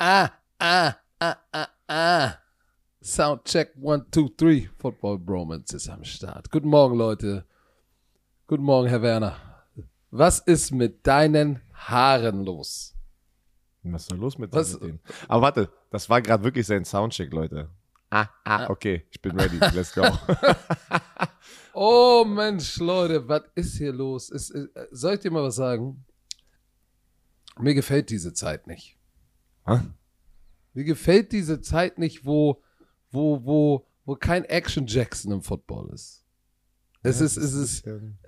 Soundcheck 1, 2, 3. Football Bromance ist am Start. Guten Morgen, Leute. Guten Morgen, Herr Werner. Was ist mit deinen Haaren los? Was ist da los mit denen? Aber warte, das war gerade wirklich sein Soundcheck, Leute. Okay, ich bin ready. Let's go. Oh Mensch, Leute, was ist hier los? Soll ich dir mal was sagen? Mir gefällt diese Zeit nicht. Hä? Mir gefällt diese Zeit nicht, wo kein Action Jackson im Football ist. Es ist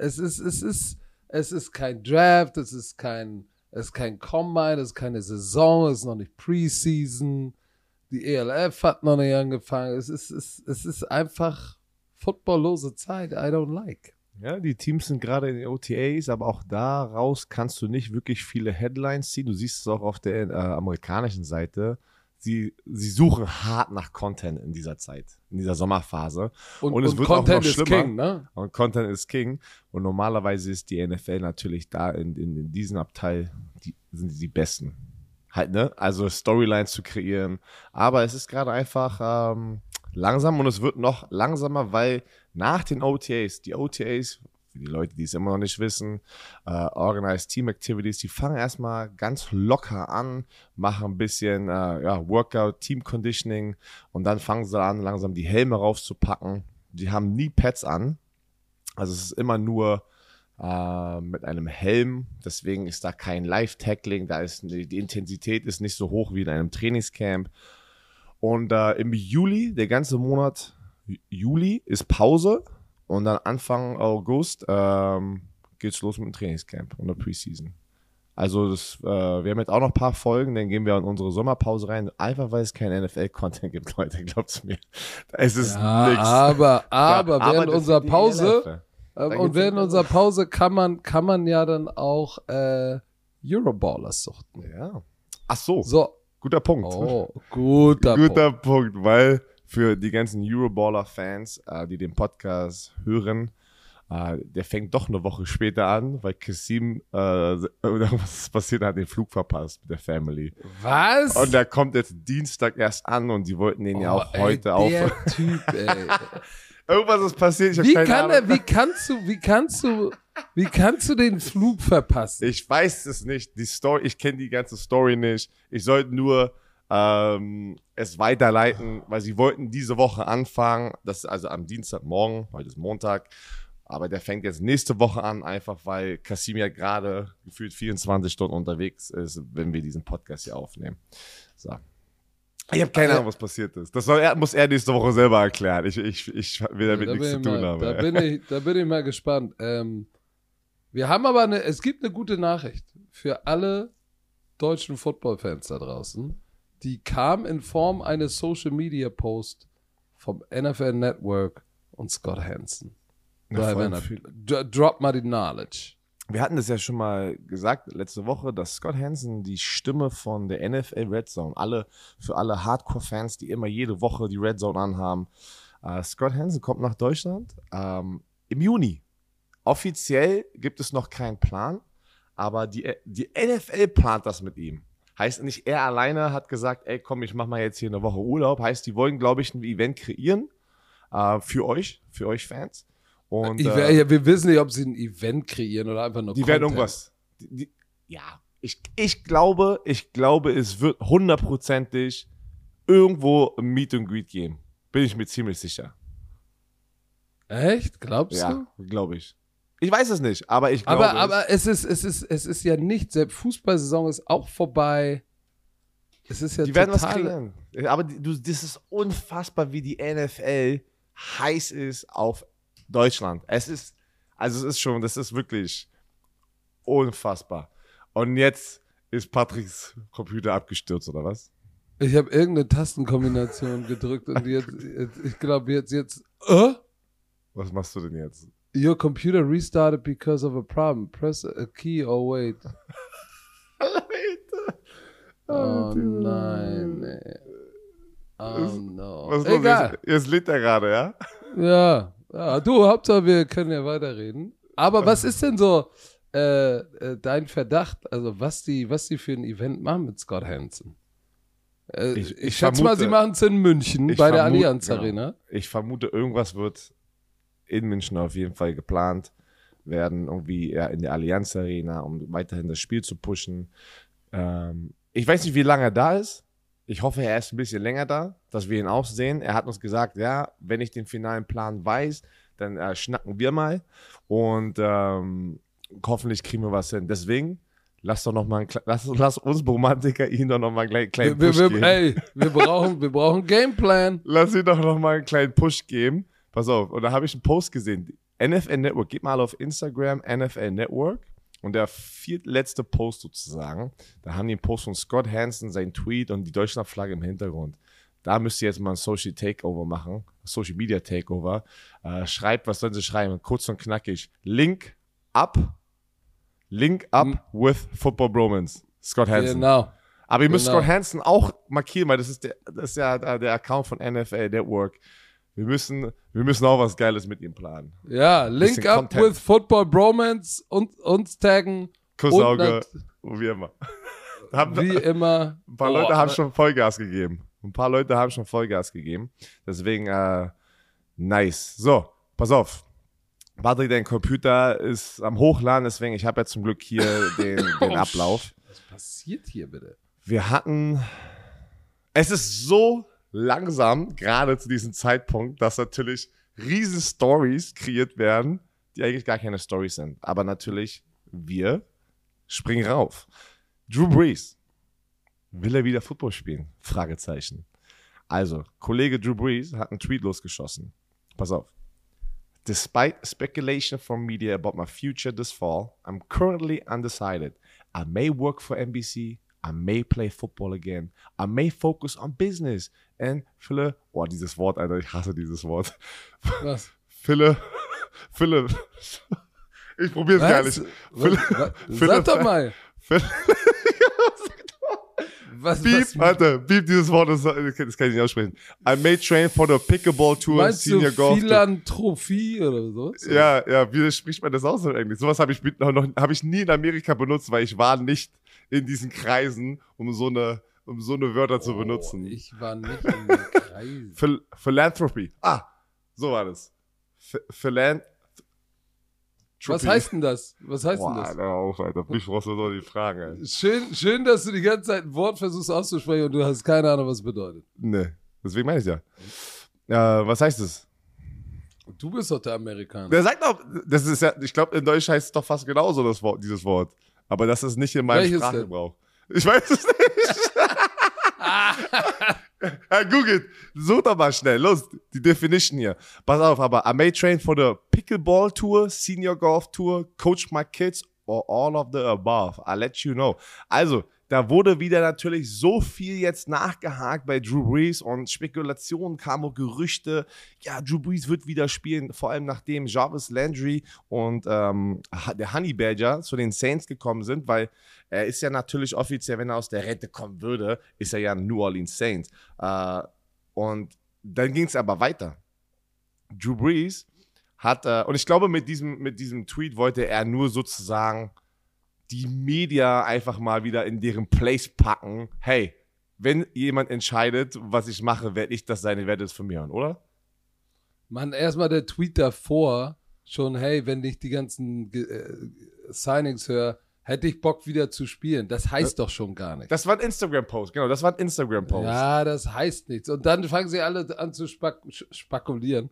kein Draft, es ist kein Combine, es ist keine Saison, es ist noch nicht Preseason, die ELF hat noch nicht angefangen. Es ist einfach footballlose Zeit. I don't like. Ja, die Teams sind gerade in den OTAs, aber auch daraus kannst du nicht wirklich viele Headlines ziehen. Du siehst es auch auf der amerikanischen Seite. Sie suchen hart nach Content in dieser Zeit, in dieser Sommerphase. Und es wird Content auch noch schlimmer. ist King, ne? Und Content ist King. Und normalerweise ist die NFL natürlich da in diesem Abteil, sind die Besten. Halt, ne? Also Storylines zu kreieren. Aber es ist gerade einfach langsam und es wird noch langsamer, weil nach den OTAs, die OTAs, für die Leute, die es immer noch nicht wissen, Organized Team Activities, die fangen erstmal ganz locker an, machen ein bisschen Workout, Team Conditioning und dann fangen sie an, langsam die Helme raufzupacken. Die haben nie Pads an, also es ist immer nur mit einem Helm, deswegen ist da kein Live-Tackling, die Intensität ist nicht so hoch wie in einem Trainingscamp. Und im Juli, der ganze Monat Juli ist Pause und dann Anfang August geht's los mit dem Trainingscamp und der Preseason. Also wir haben jetzt auch noch ein paar Folgen, dann gehen wir in unsere Sommerpause rein, einfach weil es kein NFL-Content gibt, Leute, glaubt's mir. Es ist nichts. Aber während unserer Pause während unserer Pause kann man ja dann auch Euroballers suchten. Ja. Ach so. Guter Punkt. Oh, guter Punkt, weil für die ganzen Euroballer-Fans, die den Podcast hören, der fängt doch eine Woche später an, weil Kasim, was passiert, hat den Flug verpasst mit der Family. Was? Und der kommt jetzt Dienstag erst an und die wollten den ja auch heute auf. Der Typ, ey. Irgendwas ist passiert, ich habe keine Ahnung. Wie kannst du den Flug verpassen? Ich weiß es nicht. Ich kenne die ganze Story nicht. Ich sollte nur es weiterleiten, weil sie wollten diese Woche anfangen. Das ist also am Dienstagmorgen, heute ist Montag. Aber der fängt jetzt nächste Woche an, einfach weil Kasim ja gerade gefühlt 24 Stunden unterwegs ist, wenn wir diesen Podcast hier aufnehmen. So. Ich habe keine Ahnung, was passiert ist. Das muss er nächste Woche selber erklären. Ich will damit nichts zu tun haben. Da bin ich mal gespannt. Wir haben aber es gibt eine gute Nachricht für alle deutschen Football-Fans da draußen. Die kam in Form eines Social-Media-Posts vom NFL Network und Scott Hansen. Drop mal die Knowledge. Wir hatten das ja schon mal gesagt letzte Woche, dass Scott Hansen die Stimme von der NFL Red Zone, für alle Hardcore-Fans, die immer jede Woche die Red Zone anhaben. Scott Hansen kommt nach Deutschland im Juni. Offiziell gibt es noch keinen Plan, aber die NFL plant das mit ihm. Heißt nicht, er alleine hat gesagt, ey komm, ich mach mal jetzt hier eine Woche Urlaub. Heißt, die wollen, glaube ich, ein Event kreieren für euch Fans. Und, wir wissen nicht, ob sie ein Event kreieren oder einfach nur die werden irgendwas. Ich glaube, es wird 100%ig irgendwo ein Meet and Greet geben. Bin ich mir ziemlich sicher. Echt? Glaubst du? Ja, glaube ich. Ich weiß es nicht, aber ich glaube aber es ist ja nicht, selbst Fußballsaison ist auch vorbei. Es ist ja die werden was kreieren. Aber das ist unfassbar, wie die NFL heiß ist auf Deutschland. Das ist wirklich unfassbar. Und jetzt ist Patricks Computer abgestürzt, oder was? Ich habe irgendeine Tastenkombination gedrückt und ich glaube jetzt. Was machst du denn jetzt? Your computer restarted because of a problem. Press a key or wait. Oh nein, ey. Oh no. Was Egal. Jetzt lädt er gerade, ja? Ja. Du, Hauptsache wir können ja weiterreden. Aber was ist denn so dein Verdacht, also was die für ein Event machen mit Scott Hansen? Ich schätze mal, sie machen es in München bei der Allianz Arena. Genau. Ich vermute, irgendwas wird in München auf jeden Fall geplant werden, irgendwie eher in der Allianz Arena, um weiterhin das Spiel zu pushen. Ich weiß nicht, wie lange er da ist. Ich hoffe, er ist ein bisschen länger da, dass wir ihn auch sehen. Er hat uns gesagt, ja, wenn ich den finalen Plan weiß, dann schnacken wir mal und hoffentlich kriegen wir was hin. Deswegen, lass uns Romantiker ihn doch noch mal einen kleinen Push geben. Ey, wir brauchen einen Gameplan. Lass ihn doch noch mal einen kleinen Push geben. Pass auf, und da habe ich einen Post gesehen. NFL Network, geht mal auf Instagram, NFL Network. Und der viertletzte Post sozusagen, da haben die einen Post von Scott Hansen, sein Tweet und die Deutschlandflagge im Hintergrund. Da müsst ihr jetzt mal ein Social Takeover machen, Social Media Takeover. Schreibt, was sollen sie schreiben? Kurz und knackig. Link up with Football Bromance. Scott Hansen. Genau. Aber ihr müsst Scott Hansen auch markieren, weil das ist ja der Account von NFL Network. Wir müssen auch was Geiles mit ihm planen. Ja, Link up Content. With Football Bromance und uns taggen. Kussauge, wie immer. Wie immer. Ein paar Leute haben schon Vollgas gegeben. Deswegen, nice. So, pass auf. Patrick, dein Computer ist am Hochladen, deswegen, ich habe ja zum Glück hier den Ablauf. Was passiert hier bitte? Es ist so langsam, gerade zu diesem Zeitpunkt, dass natürlich riesen Stories kreiert werden, die eigentlich gar keine Stories sind. Aber natürlich, wir springen rauf. Drew Brees. Will er wieder Football spielen? Fragezeichen. Also, Kollege Drew Brees hat einen Tweet losgeschossen. Pass auf. Despite speculation from media about my future this fall, I'm currently undecided. I may work for NBC. I may play football again. I may focus on business. And dieses Wort, Alter, ich hasse dieses Wort. Was? Ich probiere es gar nicht. Sag doch mal. Beep dieses Wort, das kann ich nicht aussprechen. I may train for the Pickleball Tour, meinst Senior du Golf. Philanthropie oder so? Ja, wie spricht man das aus eigentlich? Sowas habe ich nie in Amerika benutzt, weil ich war nicht in diesen Kreisen, um so eine Wörter zu benutzen. Ich war nicht in den Kreisen. Philanthropy. So war das. Was heißt denn das? Alter, auf, Alter. Mich brauchst du doch die Fragen, ey. Schön, dass du die ganze Zeit ein Wort versuchst auszusprechen und du hast keine Ahnung, was es bedeutet. Nee, deswegen meine ich ja. Was heißt das? Du bist doch der Amerikaner. Der sagt doch, das ist ja, ich glaube, in Deutsch heißt es doch fast genauso, dieses Wort. Aber das ist nicht in meinem Sprachgebrauch. Ich weiß es nicht. Google, such doch mal schnell, los, die Definition hier. Pass auf, aber I may train for the Pickleball Tour, Senior Golf Tour, coach my kids or all of the above. I'll let you know. Also, da wurde wieder natürlich so viel jetzt nachgehakt bei Drew Brees und Spekulationen kamen und Gerüchte. Ja, Drew Brees wird wieder spielen, vor allem nachdem Jarvis Landry und der Honey Badger zu den Saints gekommen sind, weil er ist ja natürlich offiziell, wenn er aus der Rente kommen würde, ist er ja ein New Orleans Saints. Und dann ging es aber weiter. Drew Brees hat, und ich glaube, mit diesem Tweet wollte er nur sozusagen die Media einfach mal wieder in deren Place packen. Hey, wenn jemand entscheidet, was ich mache, werde ich das sein, ihr werdet es von mir hören, oder? Mann, erstmal der Tweet davor, schon, hey, wenn ich die ganzen Signings höre, hätte ich Bock wieder zu spielen. Das heißt doch schon gar nichts. Das war ein Instagram-Post, genau, das war ein Instagram-Post. Ja, das heißt nichts. Und dann fangen sie alle an zu spekulieren.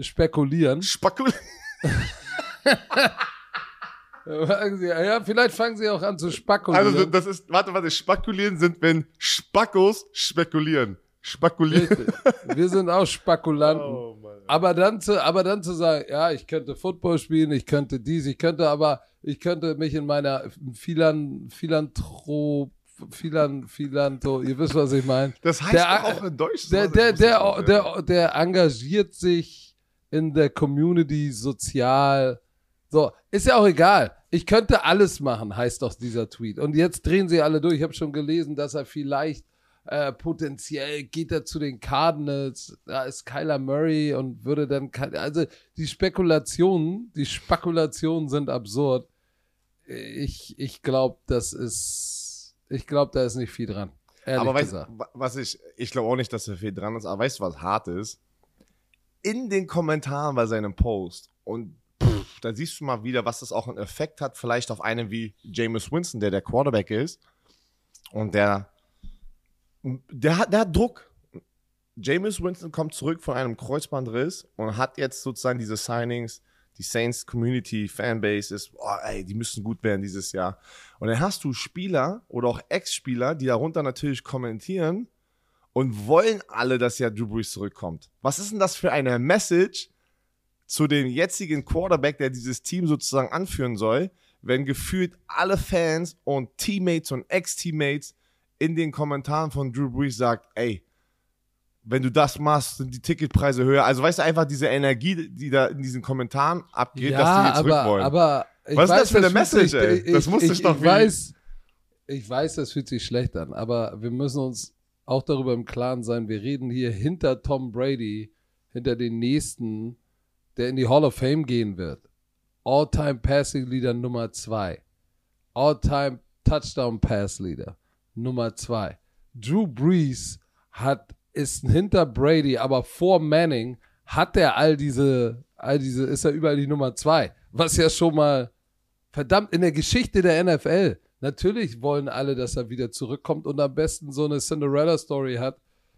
Ja, vielleicht fangen sie auch an zu spekulieren. Also das ist, warte, spekulieren sind, wenn Spackos spekulieren. Richtig. Wir sind auch Spekulanten. Oh, Mann. Aber dann zu sagen, ja, ich könnte Football spielen, ich könnte dies, ich könnte mich in meiner Philantro, ihr wisst, was ich meine. Das heißt doch auch in Deutsch. Der engagiert sich in der Community sozial. So, ist ja auch egal. Ich könnte alles machen, heißt doch dieser Tweet. Und jetzt drehen sie alle durch. Ich habe schon gelesen, dass er vielleicht potenziell geht er zu den Cardinals. Da ist Kyler Murray und würde dann, also die Spekulationen sind absurd. Ich glaube, da ist nicht viel dran. ehrlich aber gesagt. ich glaube auch nicht, dass er viel dran ist, aber weißt du, was hart ist? In den Kommentaren bei seinem Post und da siehst du mal wieder, was das auch einen Effekt hat, vielleicht auf einen wie Jameis Winston, der Quarterback ist und der hat Druck. Jameis Winston kommt zurück von einem Kreuzbandriss und hat jetzt sozusagen diese Signings, die Saints Community Fanbase ist, die müssen gut werden dieses Jahr. Und dann hast du Spieler oder auch Ex-Spieler, die darunter natürlich kommentieren und wollen alle, dass ja Drew Brees zurückkommt. Was ist denn das für eine Message zu dem jetzigen Quarterback, der dieses Team sozusagen anführen soll, wenn gefühlt alle Fans und Teammates und Ex-Teammates in den Kommentaren von Drew Brees sagt, ey, wenn du das machst, sind die Ticketpreise höher. Also weißt du, einfach diese Energie, die da in diesen Kommentaren abgeht, dass die jetzt zurück wollen. Aber was ist das für eine Message, ey? Das muss ich doch Ich weiß, das fühlt sich schlecht an, aber wir müssen uns auch darüber im Klaren sein, wir reden hier hinter Tom Brady, hinter den nächsten, der in die Hall of Fame gehen wird. All-Time Passing Leader Nummer 2. All-Time Touchdown Pass Leader Nummer 2. Drew Brees ist hinter Brady, aber vor Manning hat er all diese, ist er überall die Nummer 2. Was ja schon mal, verdammt, in der Geschichte der NFL. Natürlich wollen alle, dass er wieder zurückkommt und am besten so eine Cinderella-Story hat,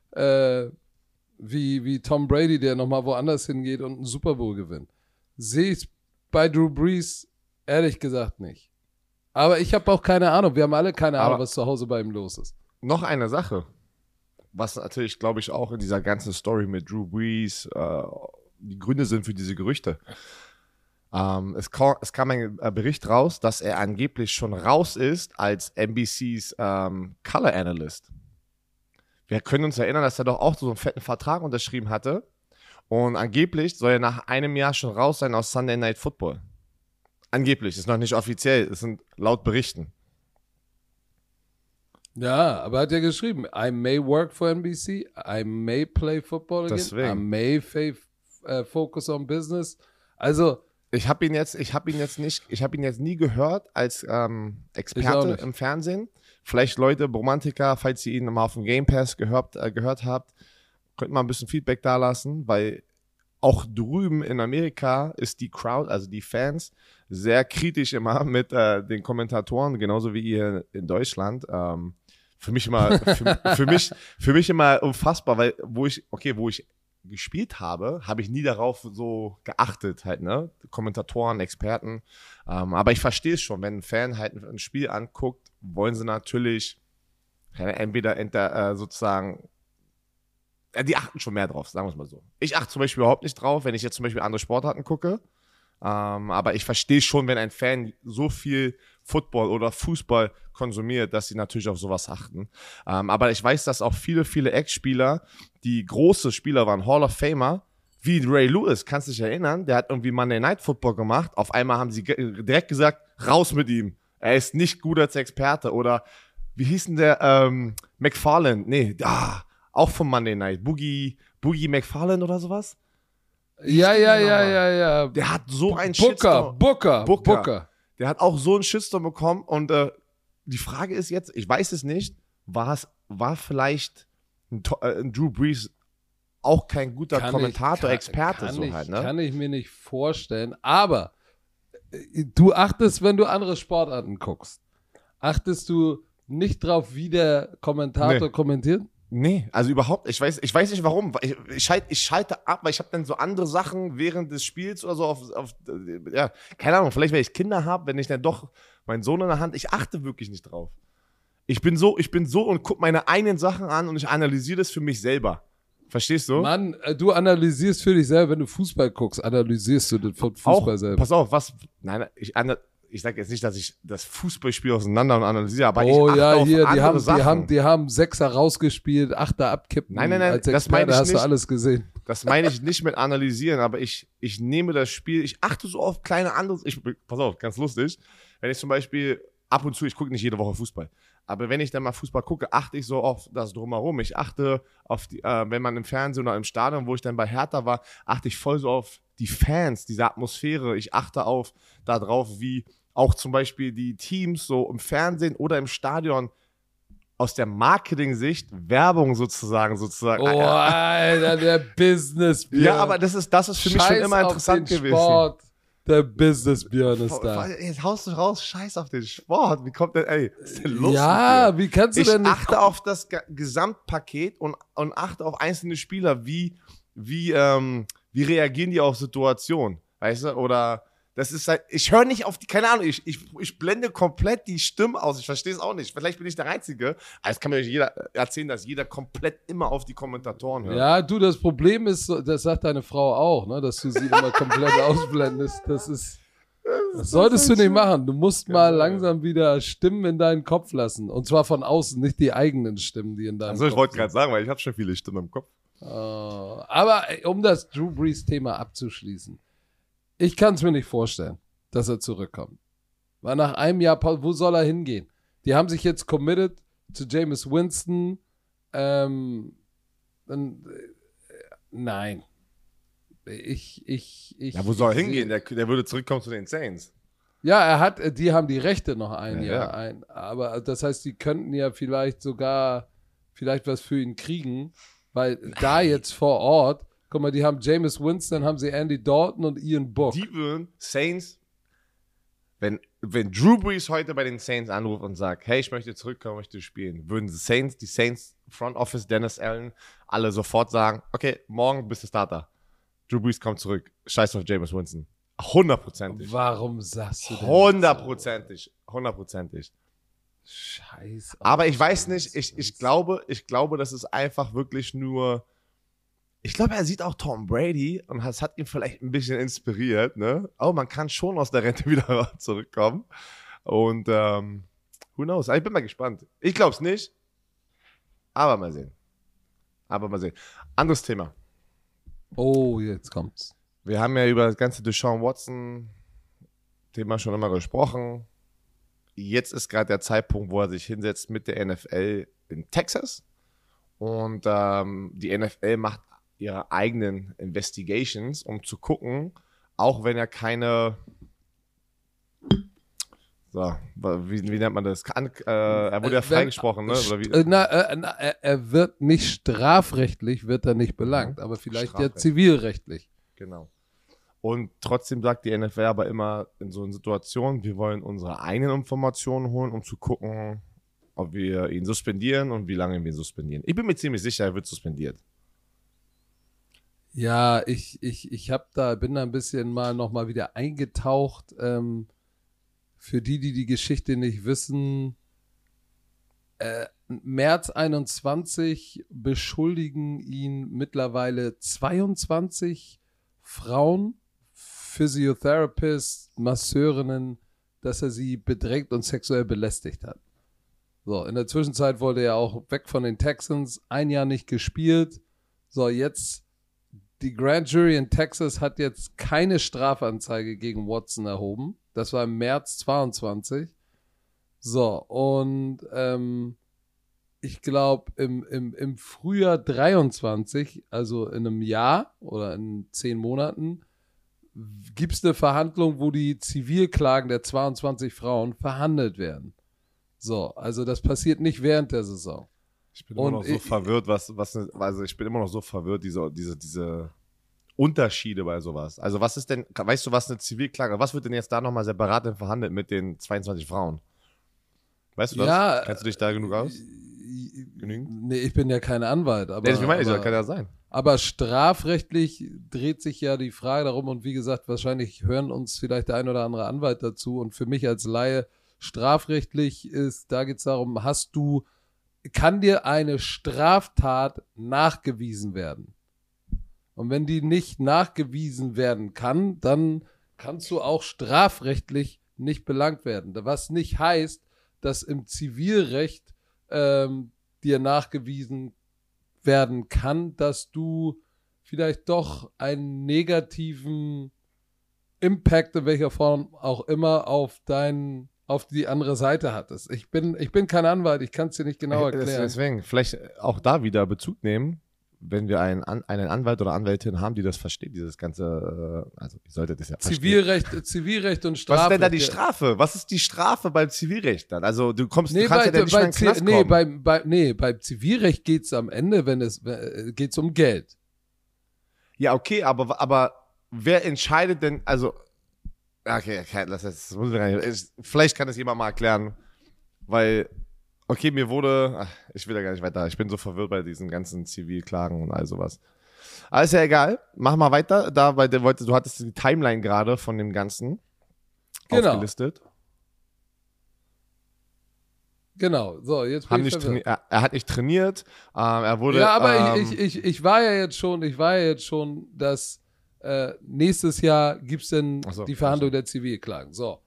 wie Tom Brady, der nochmal woanders hingeht und einen Super Bowl gewinnt. Sehe ich bei Drew Brees ehrlich gesagt nicht. Aber ich habe auch keine Ahnung. Wir haben alle keine Ahnung, was zu Hause bei ihm los ist. Noch eine Sache, was natürlich, glaube ich, auch in dieser ganzen Story mit Drew Brees die Gründe sind für diese Gerüchte. Es kam ein Bericht raus, dass er angeblich schon raus ist als NBCs Color Analyst. Wir können uns erinnern, dass er doch auch so einen fetten Vertrag unterschrieben hatte. Und angeblich soll er nach einem Jahr schon raus sein aus Sunday Night Football. Angeblich, ist noch nicht offiziell, es sind laut Berichten. Ja, aber hat ja geschrieben, I may work for NBC, I may play football again, Deswegen. I may focus on business. Also Ich habe ihn jetzt nie gehört als Experte im Fernsehen. Vielleicht Leute, Romantiker, falls ihr ihn mal auf dem Game Pass gehört habt, könnt mal ein bisschen Feedback da lassen, weil auch drüben in Amerika ist die Crowd, also die Fans, sehr kritisch immer mit den Kommentatoren, genauso wie ihr in Deutschland. Für mich immer unfassbar, weil wo ich gespielt habe ich nie darauf so geachtet halt, ne? Kommentatoren, Experten. Aber ich verstehe es schon, wenn ein Fan halt ein Spiel anguckt, wollen sie natürlich entweder sozusagen, die achten schon mehr drauf, sagen wir es mal so. Ich achte zum Beispiel überhaupt nicht drauf, wenn ich jetzt zum Beispiel andere Sportarten gucke. Aber ich verstehe schon, wenn ein Fan so viel Football oder Fußball konsumiert, dass sie natürlich auf sowas achten. Aber ich weiß, dass auch viele Ex-Spieler, die große Spieler waren, Hall of Famer, wie Ray Lewis, kannst du dich erinnern, der hat irgendwie Monday Night Football gemacht. Auf einmal haben sie direkt gesagt, raus mit ihm. Er ist nicht gut als Experte. Oder wie hieß denn der McFarland? Auch vom Monday Night. Boogie McFarland oder sowas? Ja. Der hat so einen Booker. Der hat auch so einen Shitstorm bekommen und die Frage ist jetzt, ich weiß es nicht, war vielleicht ein Drew Brees auch kein guter Kommentator, Experte so halt, ne? Kann ich mir nicht vorstellen, aber du achtest, wenn du andere Sportarten guckst, achtest du nicht drauf, wie der Kommentator kommentiert? Nee, also überhaupt, ich weiß nicht warum. Ich schalte ab, weil ich habe dann so andere Sachen während des Spiels oder so keine Ahnung, vielleicht, wenn ich Kinder habe, wenn ich dann doch meinen Sohn in der Hand, ich achte wirklich nicht drauf. Ich bin so und gucke meine eigenen Sachen an und ich analysiere das für mich selber. Verstehst du? Mann, du analysierst für dich selber, wenn du Fußball guckst, analysierst du den Fußball auch, selber. Pass auf, ich sage jetzt nicht, dass ich das Fußballspiel auseinander und analysiere, aber ich achte auf andere Sachen. Die haben Sechser rausgespielt, Achter abkippen. Nein, als das meine ich hast nicht. du alles gesehen. Das meine ich nicht mit analysieren, aber ich nehme das Spiel, ich achte so auf kleine andere, pass auf, ganz lustig, wenn ich zum Beispiel ab und zu, ich gucke nicht jede Woche Fußball, aber wenn ich dann mal Fußball gucke, achte ich so auf das Drumherum. Ich achte auf die, wenn man im Fernsehen oder im Stadion, wo ich dann bei Hertha war, achte ich voll so auf die Fans, diese Atmosphäre. Ich achte darauf, wie auch zum Beispiel die Teams so im Fernsehen oder im Stadion aus der Marketing-Sicht Werbung sozusagen. Oh, Alter, der Business-Björn. Ja, aber das ist für mich schon immer interessant gewesen. Sport. Der Business-Björn ist da. Jetzt haust du raus, scheiß auf den Sport. Wie kommt denn, was ist denn los Ja, mit dir? wie kannst du denn nicht... Ich achte auf das Gesamtpaket und achte auf einzelne Spieler, wie reagieren die auf Situationen, weißt du, oder das ist halt, ich höre nicht auf die, keine Ahnung, ich blende komplett die Stimmen aus, ich verstehe es auch nicht, vielleicht bin ich der Einzige, aber es kann mir jeder erzählen, dass jeder komplett immer auf die Kommentatoren hört. Ja, du, das Problem ist, das sagt deine Frau auch, ne, dass du sie immer komplett ausblendest, das solltest du nicht machen, du musst mal langsam wieder Stimmen in deinen Kopf lassen, und zwar von außen, nicht die eigenen Stimmen, die in deinem Kopf sind. Ich wollte gerade sagen, weil ich habe schon viele Stimmen im Kopf. Aber um das Drew Brees-Thema abzuschließen, ich kann es mir nicht vorstellen, dass er zurückkommt. Weil nach einem Jahr Pause, wo soll er hingehen? Die haben sich jetzt committed zu Jameis Winston. Nein. Ja, wo soll er hingehen? Der würde zurückkommen zu den Saints. Ja, die haben die Rechte noch ein Jahr. Ja. Aber das heißt, die könnten ja vielleicht was für ihn kriegen, weil da jetzt vor Ort, guck mal, die haben Jameis Winston, haben sie Andy Dalton und Ian Book. Die würden Saints, wenn Drew Brees heute bei den Saints anruft und sagt, hey, ich möchte zurückkommen, möchte spielen, würden die Saints Front Office, Dennis Allen, alle sofort sagen, okay, morgen bist du Starter. Drew Brees kommt zurück. Scheiß auf Jameis Winston. 100%. Warum sagst du denn 100%. 100%. Scheiße. Aber ich weiß nicht, ich glaube, das ist einfach wirklich nur. Ich glaube, er sieht auch Tom Brady und das hat ihn vielleicht ein bisschen inspiriert, ne? Oh, man kann schon aus der Rente wieder zurückkommen. Und who knows? Ich bin mal gespannt. Ich glaube es nicht. Aber mal sehen. Anderes Thema. Oh, jetzt kommt's. Wir haben ja über das ganze Deshaun Watson-Thema schon immer gesprochen. Jetzt ist gerade der Zeitpunkt, wo er sich hinsetzt mit der NFL in Texas. Und die NFL macht ihre eigenen Investigations, um zu gucken, auch wenn er keine, wie nennt man das? Er wurde ja freigesprochen, ne? Oder wie? Er wird nicht strafrechtlich, wird er nicht belangt, aber vielleicht ja zivilrechtlich. Genau. Und trotzdem sagt die NFL aber immer in so einer Situation, wir wollen unsere eigenen Informationen holen, um zu gucken, ob wir ihn suspendieren und wie lange wir ihn suspendieren. Ich bin mir ziemlich sicher, er wird suspendiert. Ja, ich bin da ein bisschen nochmal wieder eingetaucht. Für die Geschichte nicht wissen, März 21 beschuldigen ihn mittlerweile 22 Frauen, Physiotherapists, Masseurinnen, dass er sie bedrängt und sexuell belästigt hat. So, in der Zwischenzeit wollte er auch weg von den Texans, ein Jahr nicht gespielt. So, jetzt die Grand Jury in Texas hat jetzt keine Strafanzeige gegen Watson erhoben. Das war im März 22. So, und ich glaube, im Frühjahr 23, also in einem Jahr oder in 10 Monaten, gibt es eine Verhandlung, wo die Zivilklagen der 22 Frauen verhandelt werden. So, also das passiert nicht während der Saison. Ich bin immer noch so verwirrt, ich bin immer noch so verwirrt, diese Unterschiede bei sowas. Also was ist denn, weißt du, was eine Zivilklage, was wird denn jetzt da nochmal separat verhandelt mit den 22 Frauen? Weißt du das? Ja, kennst du dich da genug aus? Genügend? Nee, ich bin ja kein Anwalt. Aber, ich meine, kann ja sein. Aber strafrechtlich dreht sich ja die Frage darum und wie gesagt, wahrscheinlich hören uns vielleicht der ein oder andere Anwalt dazu und für mich als Laie strafrechtlich da geht es darum, kann dir eine Straftat nachgewiesen werden? Und wenn die nicht nachgewiesen werden kann, dann kannst du auch strafrechtlich nicht belangt werden. Was nicht heißt, dass im Zivilrecht dir nachgewiesen werden kann, dass du vielleicht doch einen negativen Impact in welcher Form auch immer auf die andere Seite hattest. Ich bin kein Anwalt, ich kann es dir nicht genau erklären. Deswegen, vielleicht auch da wieder Bezug nehmen. wenn wir einen Anwalt oder Anwältin haben, die das versteht, dieses ganze, also ihr solltet das ja verstehen. Zivilrecht und Strafrecht. Was ist denn da die Strafe? Was ist die Strafe beim Zivilrecht dann? Also du kannst ja nicht mehr in den Knast kommen. Beim Zivilrecht geht's am Ende, geht's um Geld. Ja, okay, aber wer entscheidet denn, also, okay, das muss ich gar nicht, vielleicht kann das jemand mal erklären, weil, okay, ich will da gar nicht weiter, ich bin so verwirrt bei diesen ganzen Zivilklagen und all sowas. Aber ist ja egal, mach mal weiter, du hattest die Timeline gerade von dem Ganzen aufgelistet. Genau, so, jetzt bin ich verwirrt. Er hat nicht trainiert, er wurde... Ja, aber ich war ja jetzt schon, dass nächstes Jahr gibt's denn die Verhandlung der Zivilklagen. So.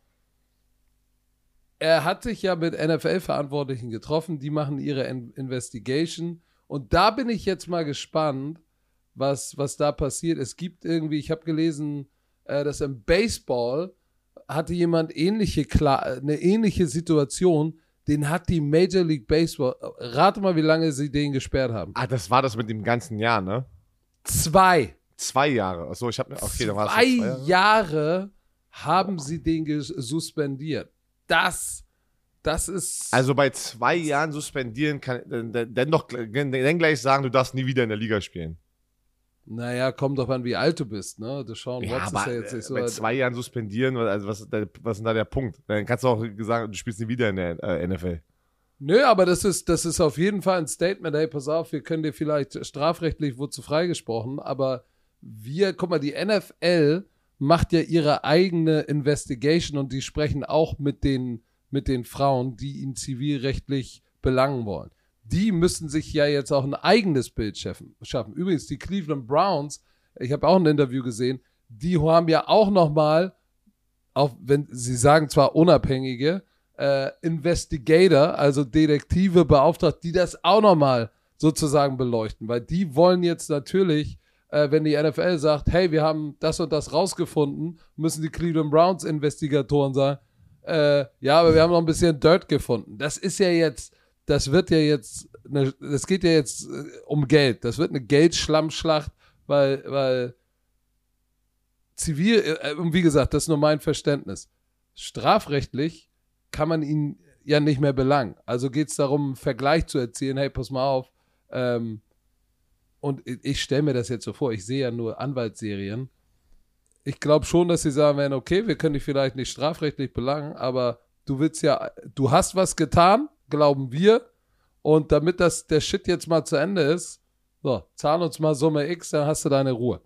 Er hat sich ja mit NFL-Verantwortlichen getroffen, die machen ihre Investigation und da bin ich jetzt mal gespannt, was da passiert. Es gibt irgendwie, ich habe gelesen, dass im Baseball hatte jemand eine ähnliche Situation, den hat die Major League Baseball, rate mal, wie lange sie den gesperrt haben. Das war das mit dem ganzen Jahr, ne? 2 Jahre. Achso, dann war es 2 Jahre haben sie den suspendiert. Das ist... Also bei 2 Jahren suspendieren kann dann gleich sagen, du darfst nie wieder in der Liga spielen. Naja, kommt doch an, wie alt du bist, ne? Watts ist ja jetzt nicht so... Bei 2 Jahren suspendieren, also was ist denn da der Punkt? Dann kannst du auch sagen, du spielst nie wieder in der NFL. Nö, aber das ist auf jeden Fall ein Statement, hey, pass auf, wir können dir vielleicht strafrechtlich wozu freigesprochen, aber guck mal, die NFL macht ja ihre eigene Investigation und die sprechen auch mit den Frauen, die ihn zivilrechtlich belangen wollen. Die müssen sich ja jetzt auch ein eigenes Bild schaffen. Übrigens, die Cleveland Browns, ich habe auch ein Interview gesehen, die haben ja auch nochmal, auch wenn sie sagen zwar Unabhängige, Investigator, also Detektive beauftragt, die das auch nochmal sozusagen beleuchten, weil die wollen jetzt natürlich, wenn die NFL sagt, hey, wir haben das und das rausgefunden, müssen die Cleveland Browns Investigatoren sagen, ja, aber wir haben noch ein bisschen Dirt gefunden. Das geht ja jetzt um Geld. Das wird eine Geldschlammschlacht, weil und wie gesagt, das ist nur mein Verständnis. Strafrechtlich kann man ihn ja nicht mehr belangen. Also geht es darum, einen Vergleich zu erzielen, hey, pass mal auf, und ich stelle mir das jetzt so vor, ich sehe ja nur Anwaltsserien. Ich glaube schon, dass sie sagen werden, okay, wir können dich vielleicht nicht strafrechtlich belangen, aber du hast was getan, glauben wir, und damit der Shit jetzt mal zu Ende ist, so, zahl uns mal Summe X, dann hast du deine Ruhe.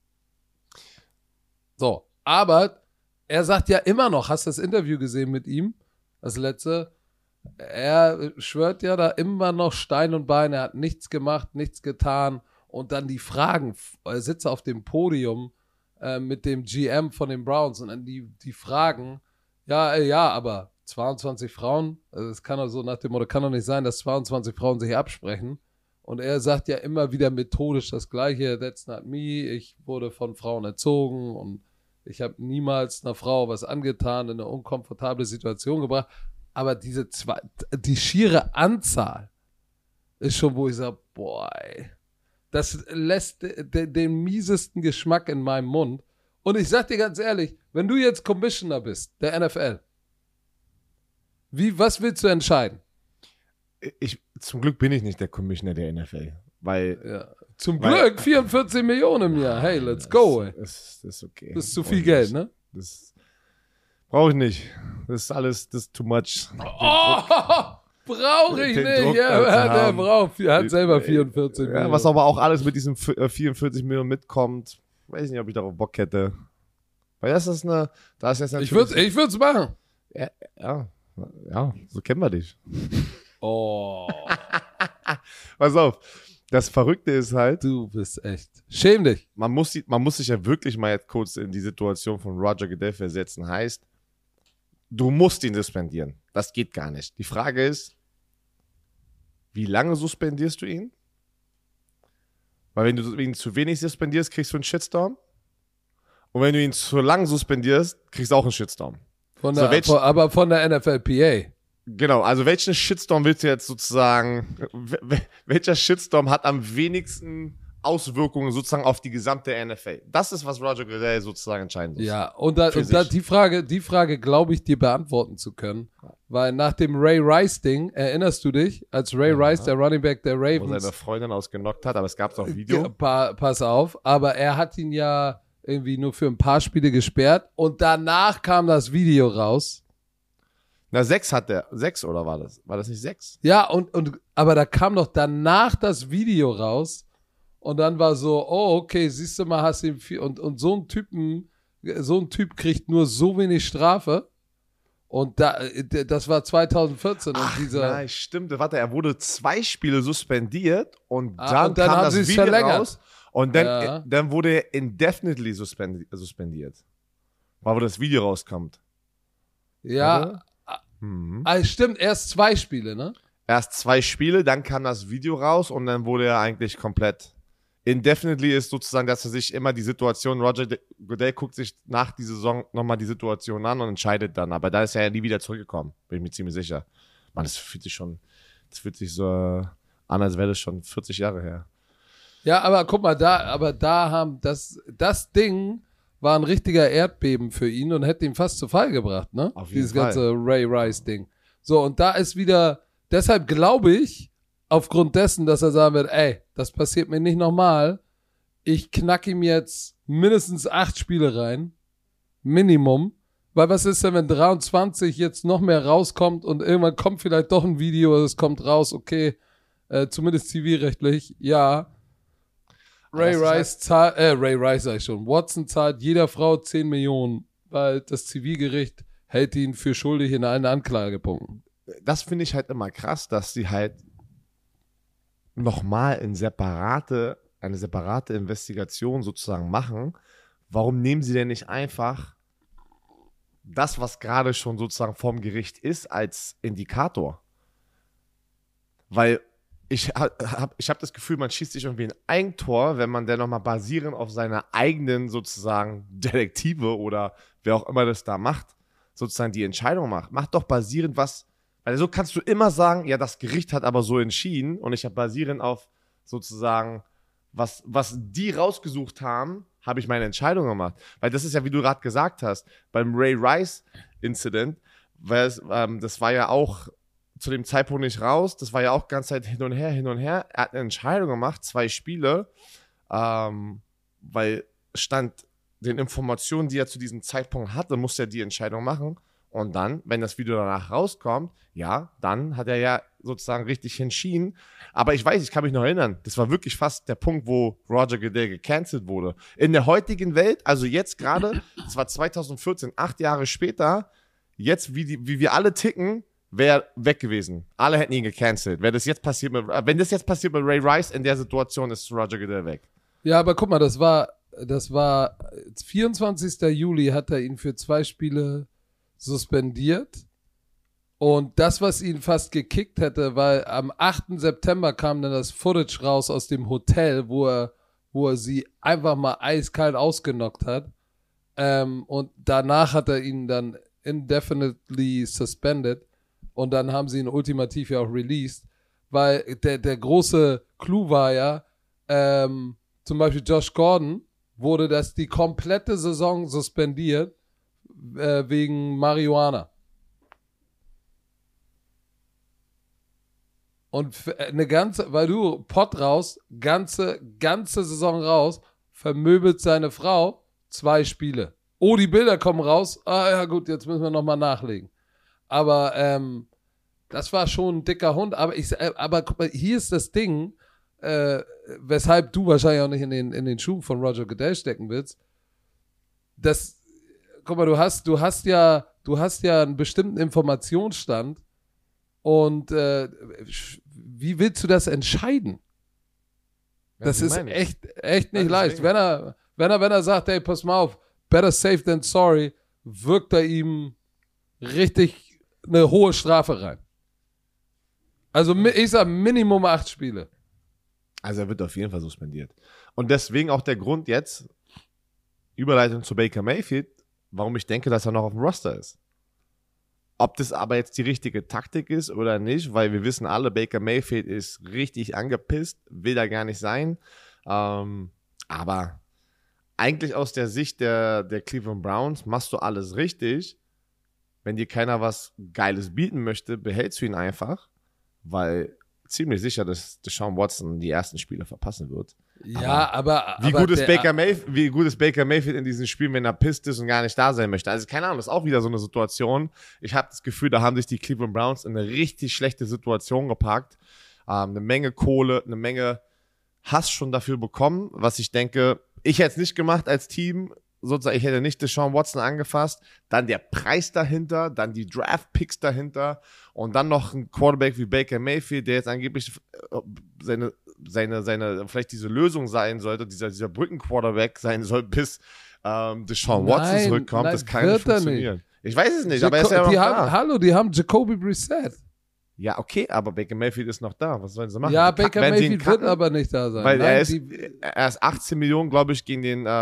So, aber er sagt ja immer noch, hast du das Interview gesehen mit ihm, das letzte? Er schwört ja da immer noch Stein und Bein, er hat nichts gemacht, nichts getan und dann die Fragen, er sitzt auf dem Podium mit dem GM von den Browns und dann die Fragen, ja, aber 22 Frauen, also es kann doch so nach dem Motto, kann doch nicht sein, dass 22 Frauen sich absprechen und er sagt ja immer wieder methodisch das Gleiche, that's not me, ich wurde von Frauen erzogen und ich habe niemals einer Frau was angetan, in eine unkomfortable Situation gebracht. Aber die schiere Anzahl ist schon, wo ich sage, boah, ey, das lässt den miesesten Geschmack in meinem Mund. Und ich sag dir ganz ehrlich, wenn du jetzt Commissioner bist, der NFL, was willst du entscheiden? Zum Glück bin ich nicht der Commissioner der NFL, weil... Ja, Glück, 44 Millionen im Jahr, hey, let's go, ey. Das ist okay. Das ist zu viel Geld, ne? Das brauche ich nicht. Das ist alles, das ist too much. Brauche ich nicht. Ja, der hat selber 44 Millionen. Was aber auch alles mit diesen 44 Millionen mitkommt, weiß ich nicht, ob ich darauf Bock hätte. Weil das ist ich würde es machen. Ja, so kennen wir dich. Oh. Pass auf. Das Verrückte ist halt... Du bist echt... Schäm dich. Man muss sich ja wirklich mal jetzt kurz in die Situation von Roger Goodell versetzen. Heißt, du musst ihn suspendieren. Das geht gar nicht. Die Frage ist, wie lange suspendierst du ihn? Weil wenn du ihn zu wenig suspendierst, kriegst du einen Shitstorm. Und wenn du ihn zu lang suspendierst, kriegst du auch einen Shitstorm. Aber von der NFLPA. Genau, also welchen Shitstorm willst du jetzt sozusagen, welcher Shitstorm hat am wenigsten Auswirkungen sozusagen auf die gesamte NFL. Das ist, was Roger Goodell sozusagen entscheiden muss. Ja, und da die Frage glaube ich dir beantworten zu können, weil nach dem Ray Rice-Ding, erinnerst du dich, als Ray Rice, der Running Back der Ravens, wo seine Freundin ausgenockt hat, aber es gab auch Video. Pass auf, aber er hat ihn ja irgendwie nur für ein paar Spiele gesperrt und danach kam das Video raus. Na, 6 hat der. 6 oder war das? War das nicht 6? Ja, aber da kam doch danach das Video raus und dann war so, oh, okay, siehst du mal, hast ihn viel, und so ein Typ kriegt nur so wenig Strafe. Und das war 2014. Ach, und nein, stimmt. Warte, er wurde 2 Spiele suspendiert und dann kam haben das sie es Video verlängert. raus und dann wurde er indefinitely suspendiert. Weil wo das Video rauskommt. Ja, stimmt, erst 2 Spiele, ne? Erst 2 Spiele, dann kam das Video raus und dann wurde er eigentlich komplett. Indefinitely ist sozusagen, dass er sich immer die Situation, Roger Goodell guckt sich nach dieser Saison nochmal die Situation an und entscheidet dann. Aber da ist er ja nie wieder zurückgekommen, bin ich mir ziemlich sicher. Mann, das fühlt sich so an, als wäre das schon 40 Jahre her. Ja, aber guck mal, das Ding war ein richtiger Erdbeben für ihn und hätte ihn fast zu Fall gebracht, ne? Auf jeden Dieses Fall. ganze Ray Rice-Ding. So, und da ist wieder, deshalb glaube ich, aufgrund dessen, dass er sagen wird, ey, das passiert mir nicht nochmal, ich knack ihm jetzt mindestens 8 Spiele rein, Minimum, weil was ist denn, wenn 23 jetzt noch mehr rauskommt und irgendwann kommt vielleicht doch ein Video, es kommt raus, okay, zumindest zivilrechtlich, ja, Watson zahlt jeder Frau 10 Millionen, weil das Zivilgericht hält ihn für schuldig in allen Anklagepunkten. Das finde ich halt immer krass, dass sie halt nochmal eine separate Investigation sozusagen machen. Warum nehmen sie denn nicht einfach das, was gerade schon sozusagen vorm Gericht ist, als Indikator? Weil ich hab das Gefühl, man schießt sich irgendwie ein Eigentor, wenn man dann nochmal basierend auf seiner eigenen sozusagen Detektive oder wer auch immer das da macht, sozusagen die Entscheidung macht. Mach doch basierend was, weil so kannst du immer sagen, ja, das Gericht hat aber so entschieden und ich habe basierend auf sozusagen, was die rausgesucht haben, habe ich meine Entscheidung gemacht. Weil das ist ja, wie du gerade gesagt hast, beim Ray Rice-Incident, weil das war ja auch zu dem Zeitpunkt nicht raus, das war ja auch die ganze Zeit hin und her. Er hat eine Entscheidung gemacht, 2 Spiele, weil stand den Informationen, die er zu diesem Zeitpunkt hatte, musste er die Entscheidung machen. Und dann, wenn das Video danach rauskommt, ja, dann hat er ja sozusagen richtig entschieden. Aber ich weiß, ich kann mich noch erinnern, das war wirklich fast der Punkt, wo Roger Goodell gecancelt wurde. In der heutigen Welt, also jetzt gerade, das war 2014, 8 Jahre später, jetzt, wie wir alle ticken, wäre weg gewesen. Alle hätten ihn gecancelt. Wenn das jetzt passiert mit Ray Rice, in der Situation ist Roger Goodell weg. Ja, aber guck mal, das war 24. Juli hat er ihn für 2 Spiele suspendiert. Und das, was ihn fast gekickt hätte, weil am 8. September kam dann das Footage raus aus dem Hotel, wo er sie einfach mal eiskalt ausgenockt hat. Und danach hat er ihn dann indefinitely suspended. Und dann haben sie ihn ultimativ ja auch released. Weil der große Clou war ja, zum Beispiel Josh Gordon wurde das die komplette Saison suspendiert wegen Marihuana. Und weil du Pott raus, ganze Saison raus, vermöbelt seine Frau 2 Spiele. Oh, die Bilder kommen raus. Ah ja gut, jetzt müssen wir nochmal nachlegen. Aber das war schon ein dicker Hund. Aber guck mal, hier ist das Ding, weshalb du wahrscheinlich auch nicht in den Schuhen von Roger Goodell stecken willst. Guck mal, du hast ja einen bestimmten Informationsstand und wie willst du das entscheiden? Ja, das ist echt nicht leicht. Wenn er sagt, hey, pass mal auf, better safe than sorry, wirkt er ihm richtig eine hohe Strafe rein. Also ich sag Minimum 8 Spiele. Also er wird auf jeden Fall suspendiert. Und deswegen auch der Grund jetzt, Überleitung zu Baker Mayfield, warum ich denke, dass er noch auf dem Roster ist. Ob das aber jetzt die richtige Taktik ist oder nicht, weil wir wissen alle, Baker Mayfield ist richtig angepisst, will da gar nicht sein. Aber eigentlich aus der Sicht der Cleveland Browns machst du alles richtig. Wenn dir keiner was Geiles bieten möchte, behältst du ihn einfach, weil ziemlich sicher, dass Deshaun Watson die ersten Spiele verpassen wird. Ja, aber wie gut ist Baker Mayfield in diesen Spielen, wenn er pisst ist und gar nicht da sein möchte? Also keine Ahnung, das ist auch wieder so eine Situation. Ich habe das Gefühl, da haben sich die Cleveland Browns in eine richtig schlechte Situation gepackt. Eine Menge Kohle, eine Menge Hass schon dafür bekommen, was ich denke, ich hätte es nicht gemacht als Team. Sozusagen, ich hätte nicht Deshaun Watson angefasst, dann der Preis dahinter, dann die Draft-Picks dahinter und dann noch ein Quarterback wie Baker Mayfield, der jetzt angeblich seine vielleicht diese Lösung sein sollte, dieser Brücken-Quarterback sein soll, bis Deshaun Watson zurückkommt. Das kann nicht funktionieren. Ich weiß es nicht, aber er ist ja noch da. Die haben Jacoby Brissett. Ja, okay, aber Baker Mayfield ist noch da. Was sollen sie machen? Ja, Baker Mayfield wird aber nicht da sein. Weil er ist 18 Millionen, glaube ich, gegen den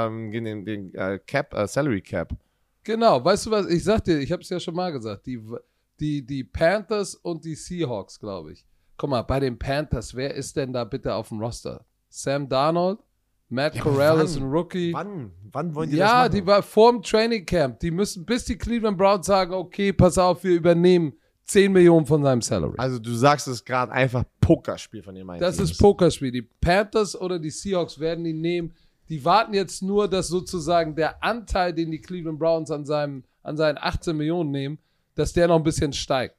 Salary Cap. Genau, weißt du was? Ich sag dir, ich habe es ja schon mal gesagt. Die Panthers und die Seahawks, glaube ich. Guck mal, bei den Panthers, wer ist denn da bitte auf dem Roster? Sam Darnold? Matt Corral ist ein Rookie. Wann wollen die das machen? Ja, die war vorm Training Camp. Die müssen, bis die Cleveland Browns sagen, okay, pass auf, wir übernehmen 10 Millionen von seinem Salary. Also du sagst es gerade einfach Pokerspiel von dem einen. Das ist Pokerspiel. Die Panthers oder die Seahawks werden ihn nehmen. Die warten jetzt nur, dass sozusagen der Anteil, den die Cleveland Browns an seinen 18 Millionen nehmen, dass der noch ein bisschen steigt.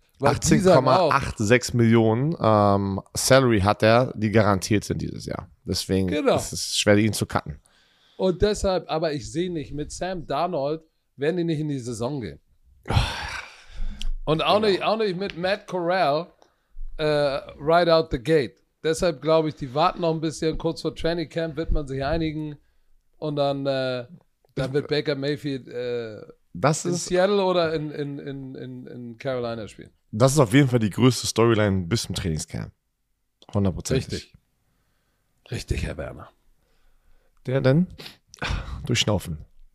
18,86 Millionen Salary hat er, die garantiert sind dieses Jahr. Deswegen ist es schwer, ihn zu cutten. Und deshalb, aber ich sehe nicht, mit Sam Darnold werden die nicht in die Saison gehen. Und auch nicht mit Matt Corral right out the gate. Deshalb glaube ich, die warten noch ein bisschen. Kurz vor Training Camp wird man sich einigen. Und dann wird Baker Mayfield in Seattle oder in Carolina spielen. Das ist auf jeden Fall die größte Storyline bis zum Trainingscamp. 100%. Richtig, Herr Werner. Der dann durchschnaufen.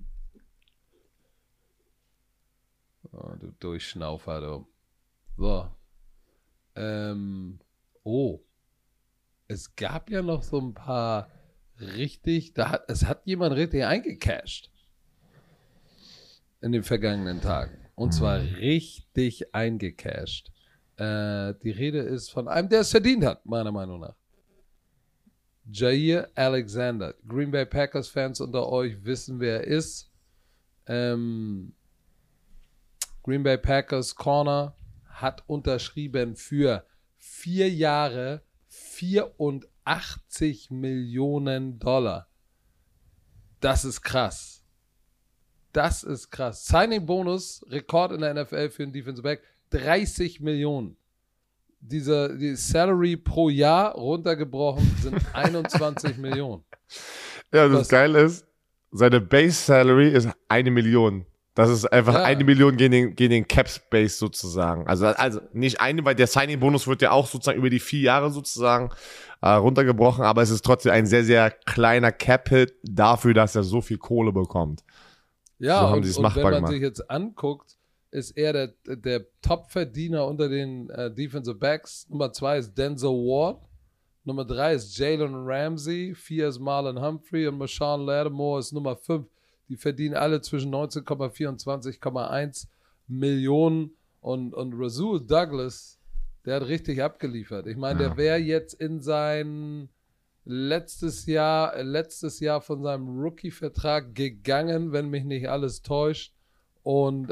Oh, du Durchschnaufer, du. So. Es gab ja noch so ein paar es hat jemand richtig eingecasht. In den vergangenen Tagen. Und zwar richtig eingecasht. Die Rede ist von einem, der es verdient hat, meiner Meinung nach. Jair Alexander. Green Bay Packers Fans unter euch wissen, wer er ist. Green Bay Packers Corner hat unterschrieben für 4 Jahre 84 Millionen $. Das ist krass. Das ist krass. Signing-Bonus, Rekord in der NFL für einen Defensive Back, 30 Millionen. Die Salary pro Jahr runtergebrochen sind 21 Millionen. Ja, das Geile ist, seine Base-Salary ist 1 Million. Das ist einfach 1 Million gegen den Cap-Space sozusagen. Also nicht eine, weil der Signing-Bonus wird ja auch sozusagen über die 4 Jahre sozusagen runtergebrochen, aber es ist trotzdem ein sehr, sehr kleiner Cap-Hit dafür, dass er so viel Kohle bekommt. Ja, so haben und wenn man sich jetzt anguckt, ist er der Top-Verdiener unter den Defensive Backs. Nummer 2 ist Denzel Ward. Nummer 3 ist Jalen Ramsey. 4 ist Marlon Humphrey und Marshawn Lattimore ist Nummer 5. Die verdienen alle zwischen 19,4 und 20,1 Millionen. Und Rasul Douglas, der hat richtig abgeliefert. Ich meine, der wäre jetzt in sein letztes Jahr von seinem Rookie-Vertrag gegangen, wenn mich nicht alles täuscht. Und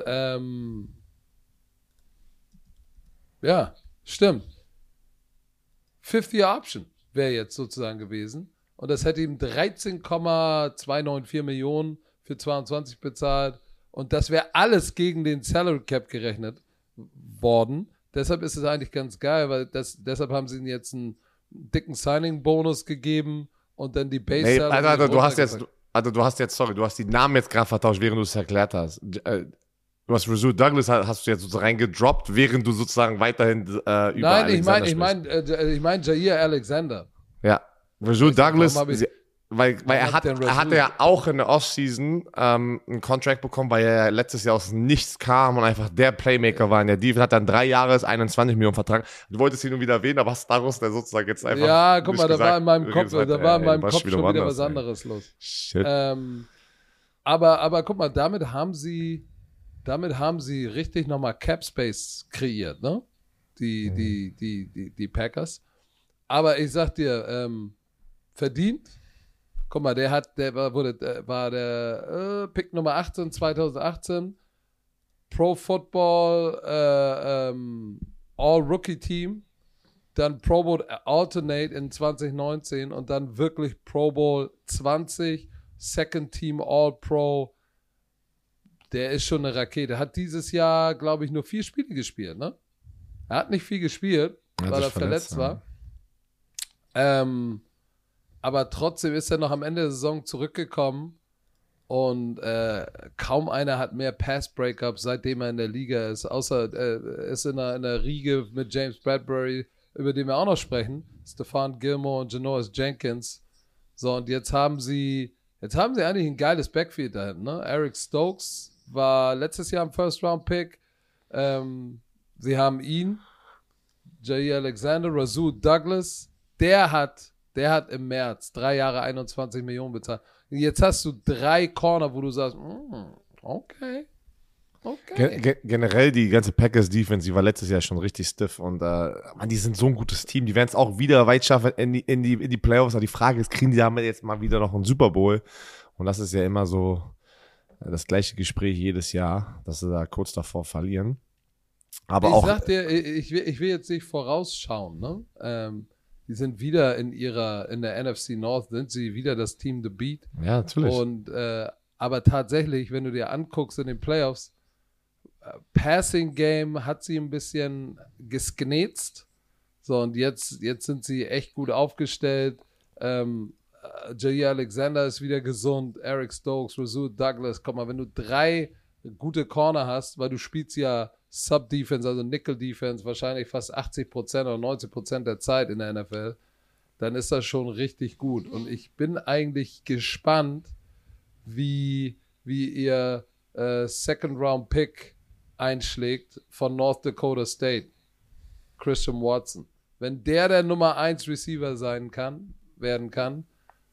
ja, stimmt. 50-Year-Option wäre jetzt sozusagen gewesen. Und das hätte ihm 13,294 Millionen für 22 bezahlt. Und das wäre alles gegen den Salary Cap gerechnet worden. Deshalb ist es eigentlich ganz geil, weil deshalb haben sie ihm jetzt einen dicken Signing-Bonus gegeben und dann die Base-Salary. Alter, du hast die Namen jetzt gerade vertauscht, während du es erklärt hast. Du hast Rasul Douglas, hast du jetzt sozusagen reingedroppt, während du sozusagen weiterhin über Nein, ich meine Jair Alexander. Ja, Rasul Douglas Weil er hatte ja auch in der Offseason einen Contract bekommen, weil er letztes Jahr aus nichts kam und einfach der Playmaker war in der Defense, hat dann 3 Jahre, 21 Millionen Vertrag. Du wolltest ihn nur wieder erwähnen, aber hast daraus der sozusagen jetzt einfach ja, guck mal, gesagt, da war in meinem Kopf, schon wieder was ey. anderes los. Shit. Aber guck mal, damit haben sie richtig nochmal Cap Space kreiert, ne? Die Packers. Aber ich sag dir, verdient. Guck mal, war der Pick Nummer 18 2018, Pro Football All-Rookie-Team, dann Pro Bowl Alternate in 2019 und dann wirklich Pro Bowl 20, Second Team All-Pro. Der ist schon eine Rakete. Hat dieses Jahr, glaube ich, nur 4 Spiele gespielt, ne? Er hat nicht viel gespielt, weil er verletzt war. Aber trotzdem ist er noch am Ende der Saison zurückgekommen und kaum einer hat mehr Pass-Breakups, seitdem er in der Liga ist, außer er ist in einer Riege mit James Bradbury, über den wir auch noch sprechen, Stephon Gilmore und Janoris Jenkins. So, und jetzt haben sie eigentlich ein geiles Backfield da hinten, ne? Eric Stokes war letztes Jahr im First-Round-Pick. Sie haben ihn, Jair Alexander, Rasul Douglas, der hat im März 3 Jahre 21 Millionen bezahlt. Jetzt hast du 3 Corner, wo du sagst, okay. Generell die ganze Packers-Defense, die war letztes Jahr schon richtig stiff und die sind so ein gutes Team. Die werden es auch wieder weit schaffen in die Playoffs. Aber die Frage ist, kriegen die damit jetzt mal wieder noch einen Super Bowl? Und das ist ja immer so das gleiche Gespräch jedes Jahr, dass sie da kurz davor verlieren. Aber ich sag dir, ich will jetzt nicht vorausschauen, ne? Die sind wieder in der NFC North, sind sie wieder das Team to beat. Ja, natürlich. Und, aber tatsächlich, wenn du dir anguckst in den Playoffs, Passing Game hat sie ein bisschen gesknetzt. So, und jetzt sind sie echt gut aufgestellt. Jair Alexander ist wieder gesund, Eric Stokes, Rasul Douglas. Guck mal, wenn du 3 gute Corner hast, weil du spielst ja Sub-Defense, also Nickel-Defense, wahrscheinlich fast 80% oder 90% der Zeit in der NFL, dann ist das schon richtig gut. Und ich bin eigentlich gespannt, wie ihr Second-Round-Pick einschlägt von North Dakota State, Christian Watson. Wenn der Nummer 1 Receiver werden kann,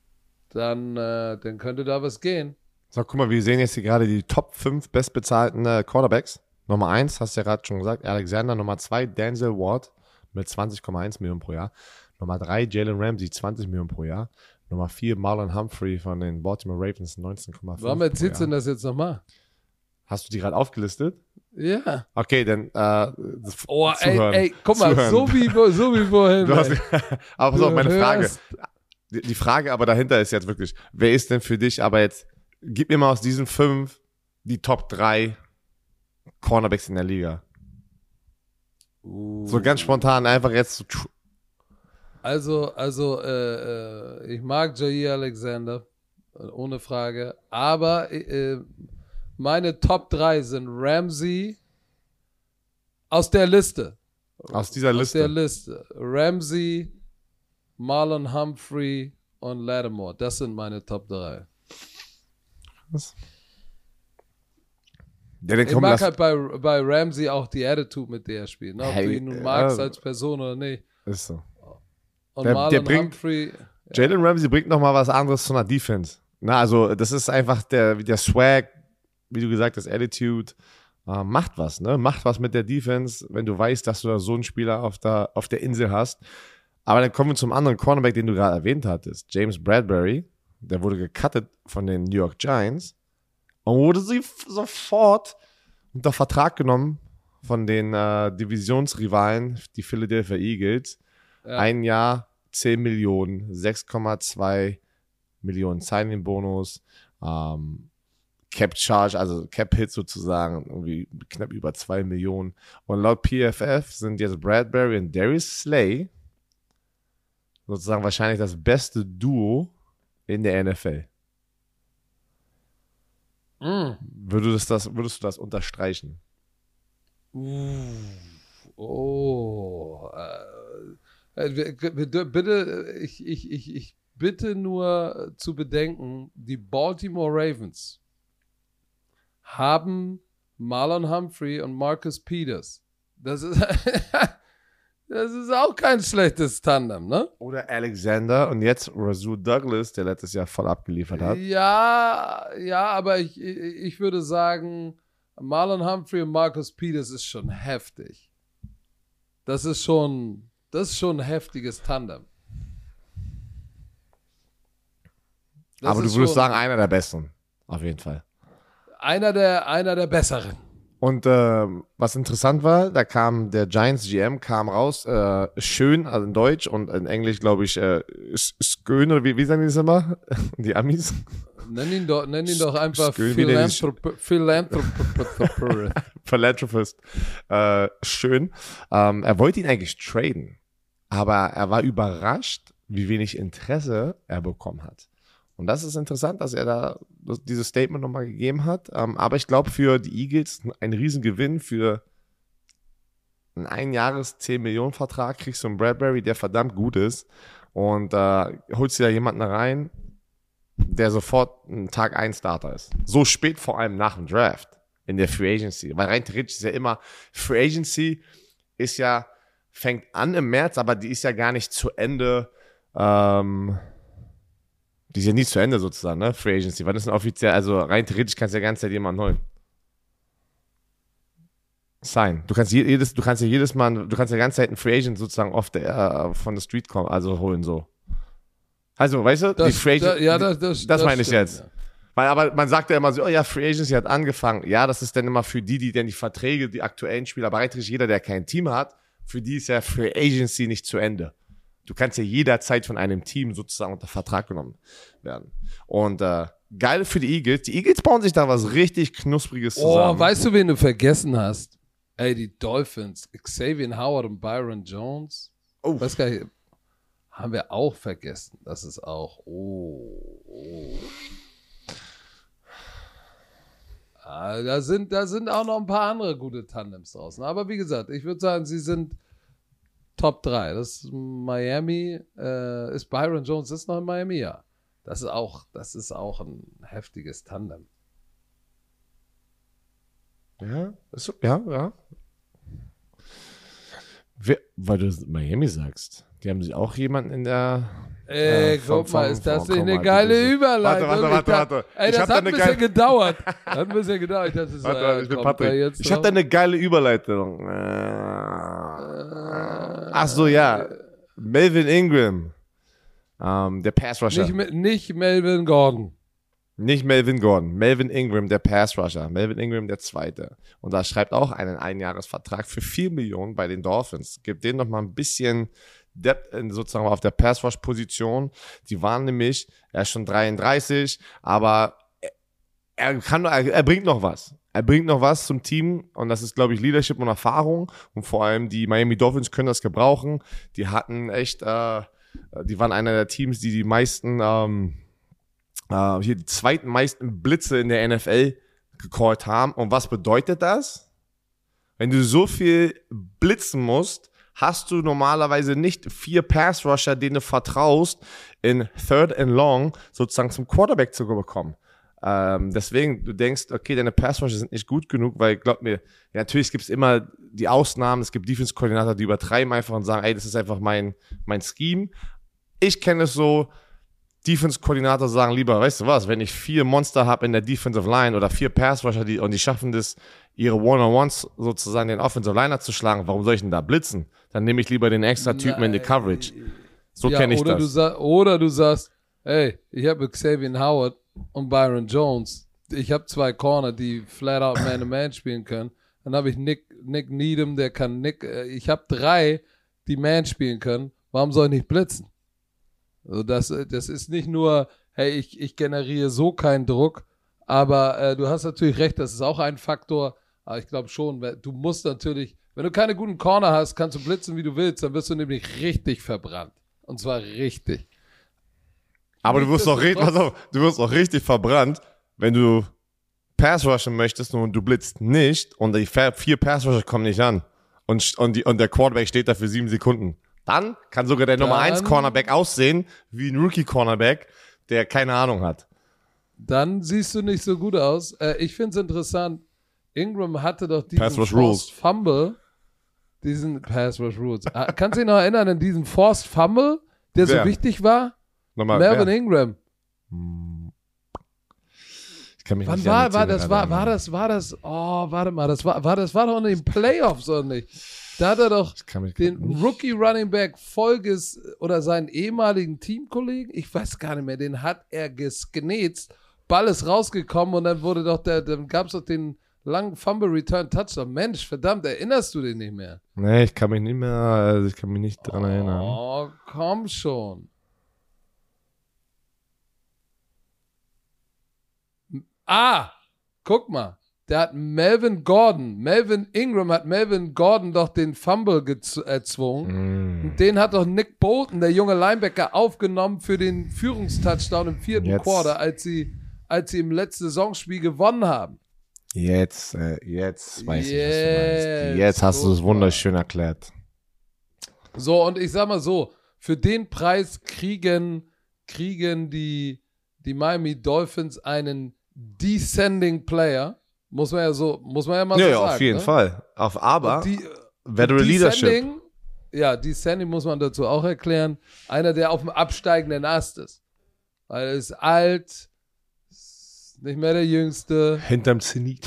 dann könnte da was gehen. So, guck mal, wir sehen jetzt hier gerade die Top 5 bestbezahlten Quarterbacks. Nummer 1, hast du ja gerade schon gesagt, Alexander. Nummer 2, Denzel Ward mit 20,1 Millionen pro Jahr. Nummer 3, Jalen Ramsey, 20 Millionen pro Jahr. Nummer 4, Marlon Humphrey von den Baltimore Ravens, 19,5 Warum erzählst du denn das jetzt nochmal? Hast du die gerade aufgelistet? Ja. Okay, dann ey, guck mal, so wie vorhin. Aber pass auf, meine Frage. Die Frage aber dahinter ist jetzt wirklich, wer ist denn für dich, aber jetzt, gib mir mal aus diesen 5 die Top 3 Cornerbacks in der Liga. So ganz spontan, einfach jetzt so. Also, ich mag Jair Alexander, ohne Frage, aber meine Top 3 sind Ramsey aus der Liste. Aus dieser Liste? Aus der Liste. Ramsey, Marlon Humphrey und Lattimore. Das sind meine Top 3. Was? Ja, ich mag halt bei Ramsey auch die Attitude, mit der er spielt. Ne? Ob du ihn nun magst als Person oder nicht. Ist so. Und Marlon Humphrey. Jalen Ramsey bringt nochmal was anderes zu einer Defense. Na, also das ist einfach der Swag, wie du gesagt hast, Attitude. Macht was, ne? Macht was mit der Defense, wenn du weißt, dass du da so einen Spieler auf der Insel hast. Aber dann kommen wir zum anderen Cornerback, den du gerade erwähnt hattest. James Bradbury. Der wurde gecuttet von den New York Giants und wurde sofort unter Vertrag genommen von den Divisionsrivalen, die Philadelphia Eagles. Ja. 1 Jahr, 10 Millionen, 6,2 Millionen Signing-Bonus, Cap Charge, also Cap Hit sozusagen, irgendwie knapp über 2 Millionen. Und laut PFF sind jetzt Bradbury und Darius Slay sozusagen wahrscheinlich das beste Duo in der NFL. Würdest du das unterstreichen? Bitte, ich bitte nur zu bedenken, die Baltimore Ravens haben Marlon Humphrey und Marcus Peters. Das ist auch kein schlechtes Tandem, ne? Oder Alexander und jetzt Rasul Douglas, der letztes Jahr voll abgeliefert hat. Ja, aber ich würde sagen, Marlon Humphrey und Marcus Peters ist schon heftig. Das ist schon ein heftiges Tandem. Aber du würdest sagen, einer der Besten. Auf jeden Fall. Einer der Besseren. Und was interessant war, da kam der Giants GM raus, schön, also in Deutsch und in Englisch, glaube ich, Skön, oder wie sagen die das immer? Die Amis? Nenn ihn doch einfach Philanthropist. Schön. Er wollte ihn eigentlich traden, aber er war überrascht, wie wenig Interesse er bekommen hat. Und das ist interessant, dass er da dieses Statement nochmal gegeben hat. Aber ich glaube, für die Eagles ein Riesengewinn für einen 1-Jahres-10-Millionen-Vertrag kriegst du einen Bradbury, der verdammt gut ist. Und holst dir da jemanden rein, der sofort ein Tag 1 Starter ist. So spät vor allem nach dem Draft in der Free Agency. Weil rein theoretisch ist ja immer, Free Agency fängt an im März, aber die ist ja gar nicht zu Ende. Die ist ja nie zu Ende sozusagen, ne? Free Agency. Wann ist denn offiziell? Also rein theoretisch kannst du ja die ganze Zeit jemanden holen. Du kannst ja jedes Mal, du kannst ja die ganze Zeit einen Free Agent sozusagen von der Street kommen, also holen so. Also, weißt du, die Free Agent, das meine ich stimmt, jetzt. Ja. Weil, aber man sagt ja immer so, oh ja, Free Agency hat angefangen. Ja, das ist dann immer für die dann die Verträge, die aktuellen Spieler, aber rein theoretisch jeder, der kein Team hat, für die ist ja Free Agency nicht zu Ende. Du kannst ja jederzeit von einem Team sozusagen unter Vertrag genommen werden. Und geil für die Eagles. Die Eagles bauen sich da was richtig Knuspriges zusammen. Oh, weißt du, wen du vergessen hast? Ey, die Dolphins. Xavier Howard und Byron Jones. Oh. Weiß gar nicht, haben wir auch vergessen. Das ist auch... Da sind auch noch ein paar andere gute Tandems draußen. Aber wie gesagt, ich würde sagen, sie sind Top 3. Das ist Miami. Ist Byron Jones ist noch in Miami? Ja. Das ist auch ein heftiges Tandem. Ja. Weil du Miami sagst. Die haben sich auch jemanden in der... guck mal, ist das nicht eine geile Überleitung? Warte. Ey, das hat ein bisschen gedauert. Ich dachte, ich bin Patrick. Ich habe da eine geile Überleitung. Ach so, ja. Melvin Ingram. Der Pass-Rusher. Nicht Melvin Gordon. Nicht Melvin Gordon. Melvin Ingram, der Pass-Rusher. Melvin Ingram, der Zweite. Und da schreibt auch einen 1-Jahres-Vertrag für 4 Millionen bei den Dolphins. Gibt denen noch mal ein bisschen Depth sozusagen auf der Pass-Rush-Position. Die waren nämlich, er ist schon 33, aber er bringt noch was. Er bringt noch was zum Team und das ist, glaube ich, Leadership und Erfahrung und vor allem die Miami Dolphins können das gebrauchen. Die hatten echt, die waren einer der Teams, die meisten, hier die zweiten meisten Blitze in der NFL gecallt haben. Und was bedeutet das? Wenn du so viel blitzen musst, hast du normalerweise nicht 4 Pass-Rusher, denen du vertraust, in Third and Long sozusagen zum Quarterback zu bekommen. Deswegen, du denkst, okay, deine Pass-Rusher sind nicht gut genug, weil, glaub mir, ja, natürlich gibt es immer die Ausnahmen, es gibt Defense-Koordinator, die übertreiben einfach und sagen, ey, das ist einfach mein Scheme. Ich kenne es so, Defense-Koordinator sagen lieber, weißt du was, wenn ich 4 Monster habe in der Defensive Line oder 4 Pass-Rusher, die schaffen das, ihre One-on-Ones sozusagen den Offensive Liner zu schlagen, warum soll ich denn da blitzen? Dann nehme ich lieber den extra Typen in die Coverage. So kenne ich das. Oder du sagst, hey, ich habe Xavier Howard und Byron Jones. Ich habe 2 Corner, die flat out Man-to-Man spielen können. Dann habe ich Nick Needham, der kann ich habe 3, die Man spielen können. Warum soll ich nicht blitzen? Also das ist nicht nur, hey, ich generiere so keinen Druck, aber du hast natürlich recht, das ist auch ein Faktor, aber ich glaube schon, du musst natürlich, wenn du keine guten Corner hast, kannst du blitzen, wie du willst, dann wirst du nämlich richtig verbrannt. Und zwar richtig. Aber du wirst auch richtig verbrannt, wenn du Pass rushen möchtest und du blitzt nicht und die 4 Pass rusher kommen nicht an und der Quarterback steht da für 7 Sekunden. Dann kann sogar der Nummer 1 Cornerback aussehen wie ein Rookie-Cornerback, der keine Ahnung hat. Dann siehst du nicht so gut aus. Ich finde es interessant. Ingram hatte doch diesen Pass-Rush Rules. Forced Fumble. Diesen Pass-Rush Rules. Kannst du dich noch erinnern an diesen Forced Fumble, der so wichtig war? Nochmal, Melvin Ingram. Ich kann mich Wann nicht war an die das? Szene erinnern. War das war doch in den Playoffs, oder nicht? Da hat er doch den Rookie Running Back oder seinen ehemaligen Teamkollegen, ich weiß gar nicht mehr, den hat er gesknetzt, Ball ist rausgekommen und dann dann gab es doch den langen Fumble Return Touchdown. Mensch, verdammt, erinnerst du den nicht mehr? Nee, ich kann mich nicht dran erinnern. Oh, komm schon. Guck mal. Melvin Ingram hat Melvin Gordon doch den Fumble erzwungen. Und den hat doch Nick Bolton, der junge Linebacker, aufgenommen für den Führungstouchdown im 4. Quarter, als sie im letzten Saisonspiel gewonnen haben. Jetzt weiß ich, was du meinst. Jetzt hast du es wunderschön erklärt. So, und ich sag mal so, für den Preis kriegen die Miami Dolphins einen Descending Player. Muss man ja mal so sagen. Ja, auf jeden Fall. Aber Veteran Leadership. Descending muss man dazu auch erklären. Einer, der auf dem absteigenden Ast ist. Weil er ist alt, ist nicht mehr der Jüngste. Hinterm Zenit.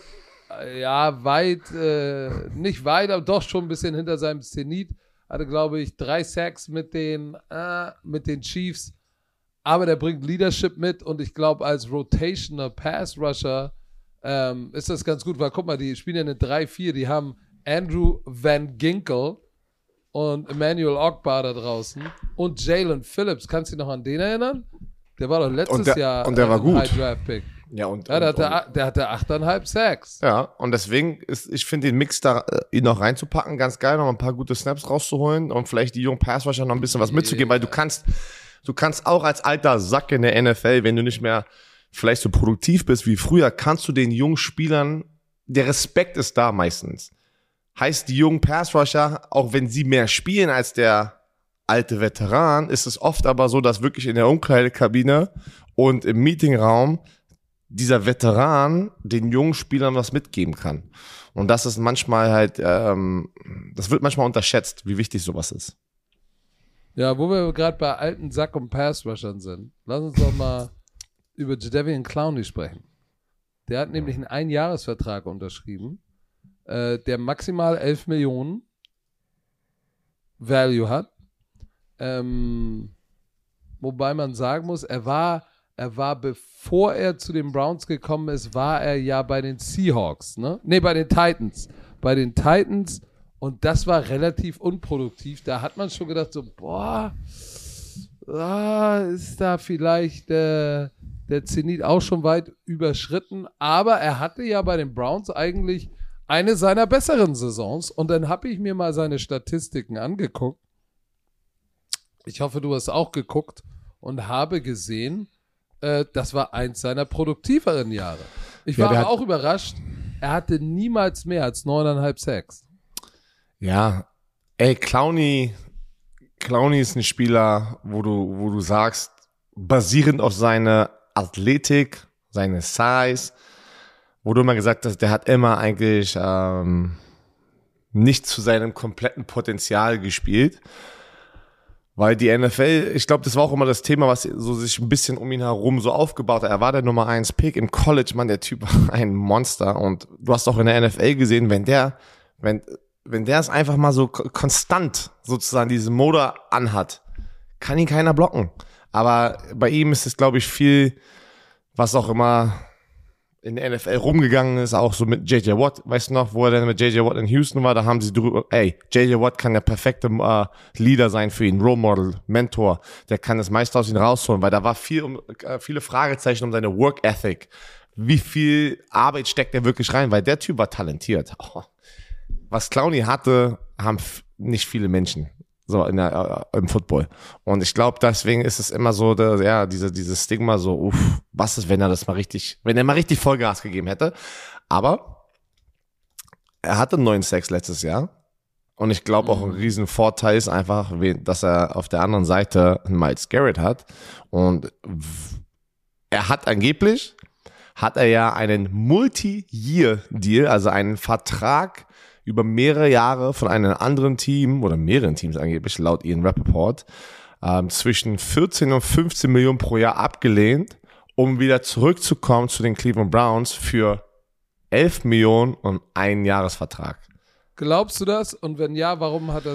Ja, nicht weit, aber doch schon ein bisschen hinter seinem Zenit. Hatte, glaube ich, 3 Sacks mit den Chiefs. Aber der bringt Leadership mit und ich glaube, als Rotational Pass Rusher ist das ganz gut, weil guck mal, die spielen ja eine 3-4, die haben Andrew Van Ginkel und Emmanuel Ogbah da draußen und Jalen Phillips. Kannst du dich noch an den erinnern? Der war doch letztes Jahr und der war gut. High Draft Pick. Ja, der hatte 8,5 Sacks. Ja, und deswegen ich finde den Mix da, ihn noch reinzupacken, ganz geil, noch ein paar gute Snaps rauszuholen und vielleicht die jungen Passrusher noch ein bisschen was mitzugeben, weil du kannst auch als alter Sack in der NFL, wenn du nicht mehr vielleicht so produktiv bist wie früher, kannst du den jungen Spielern, der Respekt ist da meistens. Heißt, die jungen Passrusher, auch wenn sie mehr spielen als der alte Veteran, ist es oft aber so, dass wirklich in der Umkleidekabine und im Meetingraum dieser Veteran den jungen Spielern was mitgeben kann. Und das ist manchmal halt, das wird manchmal unterschätzt, wie wichtig sowas ist. Ja, wo wir gerade bei alten Sack- und Pass-Rushern sind, lass uns doch mal über Jadeveon Clowney sprechen. Der hat nämlich einen Einjahresvertrag unterschrieben, der maximal 11 Millionen Value hat. Wobei man sagen muss, er war, bevor er zu den Browns gekommen ist, war er ja bei den Seahawks, ne? Nee, bei den Titans. Bei den Titans. Und das war relativ unproduktiv. Da hat man schon gedacht, so, ist da vielleicht der Zenit auch schon weit überschritten. Aber er hatte ja bei den Browns eigentlich eine seiner besseren Saisons. Und dann habe ich mir mal seine Statistiken angeguckt. Ich hoffe, du hast auch geguckt und habe gesehen, das war eins seiner produktiveren Jahre. Ich war aber auch überrascht. Er hatte niemals mehr als 9,5 Sacks. Ja, Clowney ist ein Spieler, wo du sagst, basierend auf seine Athletik, seine Size, wo du immer gesagt hast, der hat immer eigentlich nicht zu seinem kompletten Potenzial gespielt. Weil die NFL, ich glaube, das war auch immer das Thema, was so sich ein bisschen um ihn herum so aufgebaut hat. Er war der Nummer 1 Pick im College, Mann, der Typ war ein Monster. Und du hast auch in der NFL gesehen, wenn der es einfach mal so konstant sozusagen diese Mode anhat, kann ihn keiner blocken. Aber bei ihm ist es, glaube ich, viel, was auch immer in der NFL rumgegangen ist, auch so mit J.J. Watt. Weißt du noch, wo er denn mit J.J. Watt in Houston war? Da haben sie drüber, J.J. Watt kann der perfekte Leader sein für ihn, Role Model, Mentor. Der kann das meiste aus ihm rausholen, weil da war viele Fragezeichen um seine Work Ethic. Wie viel Arbeit steckt er wirklich rein? Weil der Typ war talentiert. Oh. Was Clowney hatte, haben nicht viele Menschen so im Football. Und ich glaube, deswegen ist es immer so, dieses Stigma so, was ist, wenn er mal richtig Vollgas gegeben hätte. Aber er hatte 9 Sacks letztes Jahr Und ich glaube auch ein Riesenvorteil ist einfach, dass er auf der anderen Seite einen Myles Garrett hat. Und hat er ja einen Multi-Year-Deal, also einen Vertrag über mehrere Jahre von einem anderen Team oder mehreren Teams angeblich, laut Ian Rappaport, zwischen 14 und 15 Millionen pro Jahr abgelehnt, um wieder zurückzukommen zu den Cleveland Browns für 11 Millionen und einen Jahresvertrag. Glaubst du das? Und wenn ja, warum hat er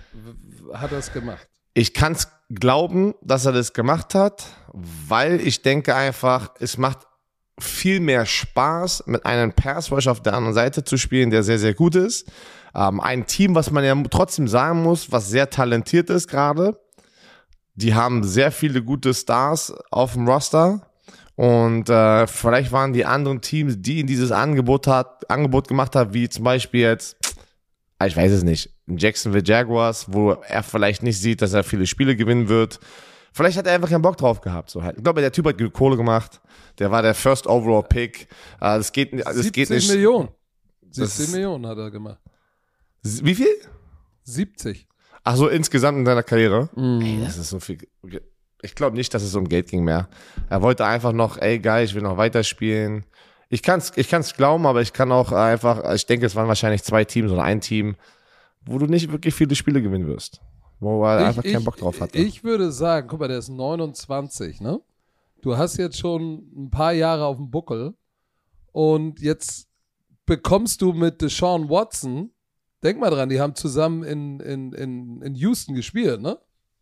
es gemacht? Ich kann es glauben, dass er das gemacht hat, weil ich denke einfach, es macht viel mehr Spaß, mit einem Pass-Rush auf der anderen Seite zu spielen, der sehr, sehr gut ist. Ein Team, was man ja trotzdem sagen muss, was sehr talentiert ist gerade. Die haben sehr viele gute Stars auf dem Roster. Und vielleicht waren die anderen Teams, die in dieses Angebot gemacht haben, wie zum Beispiel jetzt, ich weiß es nicht, Jacksonville Jaguars, wo er vielleicht nicht sieht, dass er viele Spiele gewinnen wird. Vielleicht hat er einfach keinen Bock drauf gehabt. So halt. Ich glaube, der Typ hat Kohle gemacht. Der war der First Overall Pick. Das geht nicht. 70 Millionen. 70 Millionen hat er gemacht. Wie viel? 70. Ach so, insgesamt in seiner Karriere? Ey, das ist so viel. Ich glaube nicht, dass es um Geld ging mehr. Er wollte einfach noch, geil, ich will noch weiterspielen. Ich kann's glauben, aber ich kann auch einfach, ich denke, es waren wahrscheinlich 2 Teams oder ein Team, wo du nicht wirklich viele Spiele gewinnen wirst. Wo er einfach keinen Bock drauf hatte. Ich würde sagen, guck mal, der ist 29, ne? Du hast jetzt schon ein paar Jahre auf dem Buckel und jetzt bekommst du mit Deshaun Watson, denk mal dran, die haben zusammen in Houston gespielt, ne?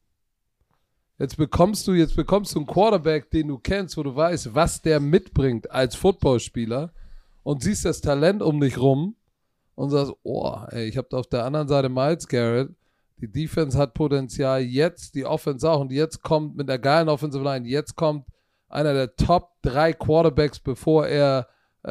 Jetzt bekommst du einen Quarterback, den du kennst, wo du weißt, was der mitbringt als Footballspieler und siehst das Talent um dich rum und sagst, ich habe da auf der anderen Seite Myles Garrett, die Defense hat Potenzial, jetzt die Offense auch und jetzt kommt mit einer geilen Offensive Line, jetzt kommt einer der Top 3 Quarterbacks, bevor er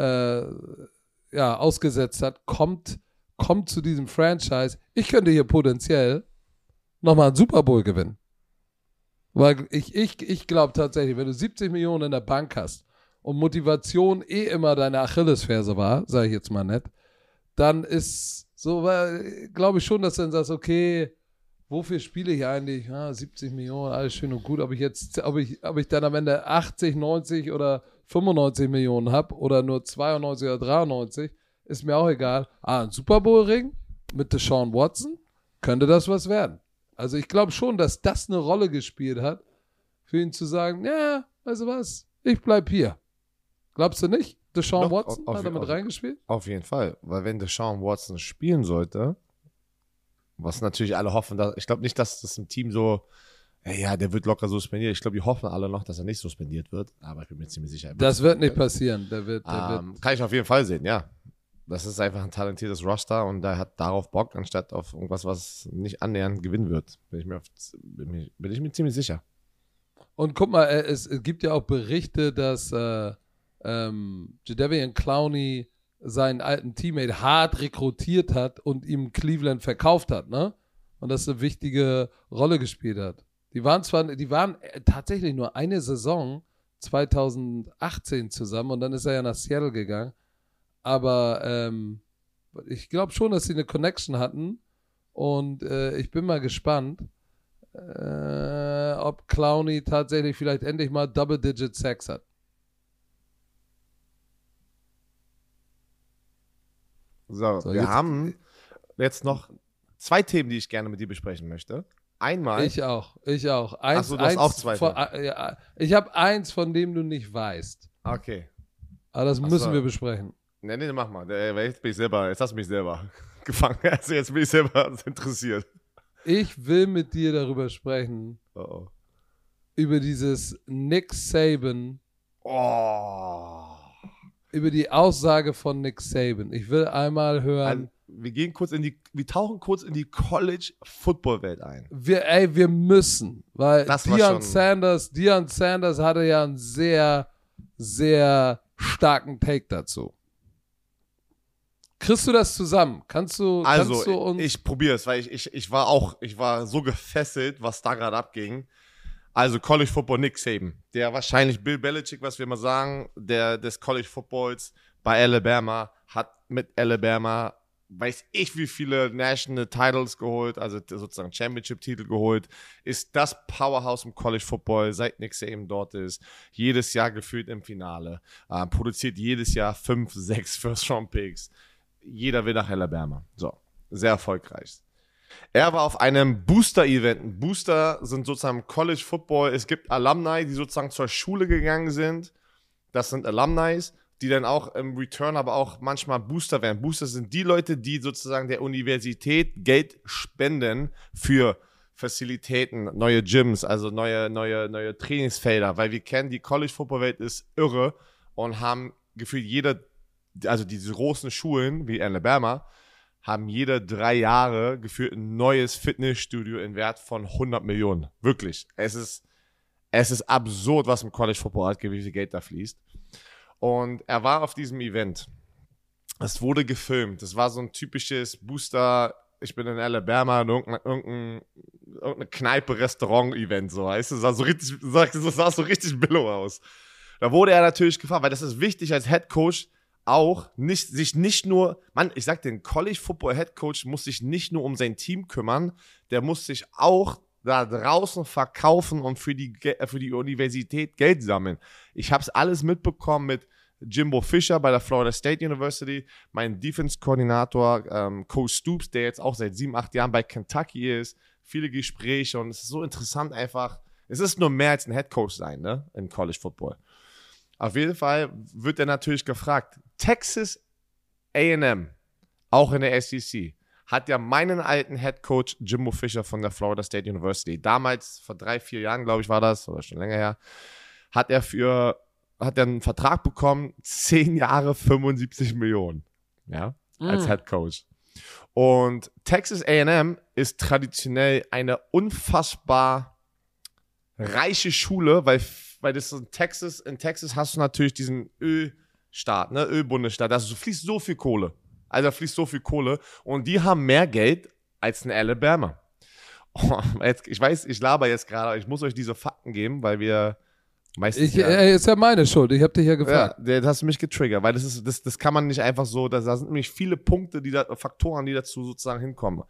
ausgesetzt hat, kommt zu diesem Franchise. Ich könnte hier potenziell nochmal einen Super Bowl gewinnen. Weil ich glaube tatsächlich, wenn du 70 Millionen in der Bank hast und Motivation immer deine Achillesferse war, sage ich jetzt mal nett, dann ist so, glaube ich schon, dass du dann sagst, okay, wofür spiele ich eigentlich? 70 Millionen, alles schön und gut, ob ich dann am Ende 80, 90 oder 95 Millionen habe oder nur 92 oder 93, ist mir auch egal. Ein Super Bowl-Ring mit Deshaun Watson, könnte das was werden. Also ich glaube schon, dass das eine Rolle gespielt hat, für ihn zu sagen, ja, weißt du was, ich bleib hier. Glaubst du nicht? Deshaun Watson hat damit reingespielt? Auf jeden Fall, weil wenn Deshaun Watson spielen sollte, was natürlich alle hoffen, ich glaube nicht, dass das im Team so, der wird locker suspendiert. Ich glaube, die hoffen alle noch, dass er nicht suspendiert wird, aber ich bin mir ziemlich sicher. Das wird nicht passieren. Der wird kann ich auf jeden Fall sehen, ja. Das ist einfach ein talentiertes Roster und der hat darauf Bock, anstatt auf irgendwas, was nicht annähernd gewinnen wird. Bin ich mir ziemlich sicher. Und guck mal, es gibt ja auch Berichte, dass Jadeveon Clowney seinen alten Teammate hart rekrutiert hat und ihm Cleveland verkauft hat, ne? Und das eine wichtige Rolle gespielt hat. Die waren tatsächlich nur eine Saison 2018 zusammen und dann ist er ja nach Seattle gegangen. Aber ich glaube schon, dass sie eine Connection hatten und ich bin mal gespannt, ob Clowney tatsächlich vielleicht endlich mal Double-Digit Sacks hat. So, wir haben jetzt noch 2 Themen, die ich gerne mit dir besprechen möchte. Einmal. Ich auch. Achso, du hast auch 2. Ich habe eins, von dem du nicht weißt. Okay. Aber das müssen wir besprechen. Nee, mach mal. Jetzt hast du mich selber gefangen. Also jetzt bin ich selber interessiert. Ich will mit dir darüber sprechen. Über dieses Nick Saban. Über die Aussage von Nick Saban. Ich will einmal hören. Wir tauchen kurz in die College-Football-Welt ein. Wir müssen, weil Deion Sanders hatte ja einen sehr, sehr starken Take dazu. Kriegst du das zusammen? Kannst du uns... Ich probiere es, weil ich war so gefesselt, was da gerade abging. Also College Football, Nick Saban, der wahrscheinlich Bill Belichick, was wir mal sagen, des College Footballs bei Alabama, hat mit Alabama weiß ich wie viele National Titles geholt, also sozusagen Championship-Titel geholt, ist das Powerhouse im College Football, seit Nick Saban dort ist, jedes Jahr gefühlt im Finale, produziert jedes Jahr 5, 6 First-Round-Picks, jeder will nach Alabama, so, sehr erfolgreich. Er war auf einem Booster-Event. Ein Booster sind sozusagen College Football, es gibt Alumni, die sozusagen zur Schule gegangen sind, das sind Alumni, die dann auch im Return aber auch manchmal Booster werden. Booster sind die Leute, die sozusagen der Universität Geld spenden für Facilitäten, neue Gyms, also neue Trainingsfelder, weil wir kennen, die College-Football-Welt ist irre und haben gefühlt also diese großen Schulen wie Alabama, haben jede 3 Jahre gefühlt ein neues Fitnessstudio in Wert von 100 Millionen. Wirklich. Es ist absurd, was im College-Football hat, wie viel Geld da fließt. Und er war auf diesem Event. Es wurde gefilmt. Es war so ein typisches Booster, ich bin in Alabama, in irgendeine Kneipe, Restaurant-Event, so heißt es. Sah so richtig billow aus. Da wurde er natürlich gefragt, weil das ist wichtig als Headcoach auch, sich nicht nur, ich sag den College-Football-Headcoach muss sich nicht nur um sein Team kümmern, der muss sich auch da draußen verkaufen und für die Universität Geld sammeln. Ich habe es alles mitbekommen mit Jimbo Fisher bei der Florida State University, mein Defense-Koordinator Coach Stoops, der jetzt auch seit 7, 8 Jahren bei Kentucky ist, viele Gespräche und es ist so interessant einfach. Es ist nur mehr als ein Headcoach sein, ne, in College Football. Auf jeden Fall wird er natürlich gefragt. Texas A&M, auch in der SEC, hat ja meinen alten Headcoach Jimbo Fisher von der Florida State University, damals vor 3, 4 Jahren, glaube ich, war das, oder schon länger her, hat er einen Vertrag bekommen, 10 Jahre, 75 Millionen, ja, als Headcoach. Und Texas A&M ist traditionell eine unfassbar reiche Schule, weil das in Texas hast du natürlich diesen Ölstaat, ne, Ölbundesstaat, da fließt so viel Kohle. Also da fließt so viel Kohle und die haben mehr Geld als in Alabama. Oh, ich weiß, ich laber jetzt gerade, ich muss euch diese Fakten geben, weil wir meistens... ist ja meine Schuld, ich habe dich ja gefragt. Ja, das hast du mich getriggert, weil das kann man nicht einfach so, da sind nämlich viele Punkte, Faktoren, die dazu sozusagen hinkommen.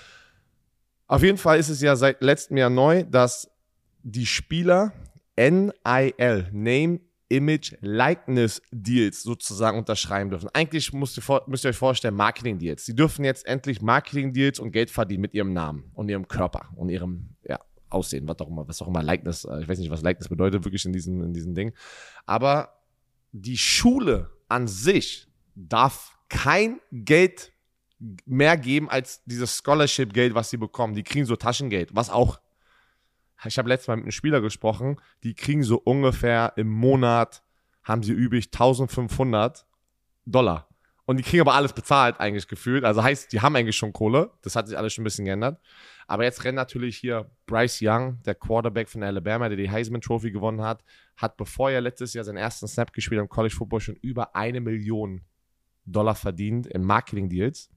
Auf jeden Fall ist es ja seit letztem Jahr neu, dass die Spieler NIL, Name, Image, Likeness Deals sozusagen unterschreiben dürfen. Eigentlich müsst ihr euch vorstellen, Marketing Deals. Sie dürfen jetzt endlich Marketing Deals und Geld verdienen mit ihrem Namen und ihrem Körper und ihrem Aussehen, was auch immer Likeness, ich weiß nicht, was Likeness bedeutet wirklich in diesem Ding. Aber die Schule an sich darf kein Geld mehr geben als dieses Scholarship-Geld, was sie bekommen. Die kriegen so Taschengeld, was auch. Ich habe letztes Mal mit einem Spieler gesprochen, die kriegen so ungefähr im Monat, haben sie übrig $1.500. Und die kriegen aber alles bezahlt eigentlich gefühlt. Also heißt, die haben eigentlich schon Kohle. Das hat sich alles schon ein bisschen geändert. Aber jetzt rennt natürlich hier Bryce Young, der Quarterback von Alabama, der die Heisman Trophy gewonnen hat, bevor er letztes Jahr seinen ersten Snap gespielt hat im College Football schon über $1 Million verdient in Marketing Deals.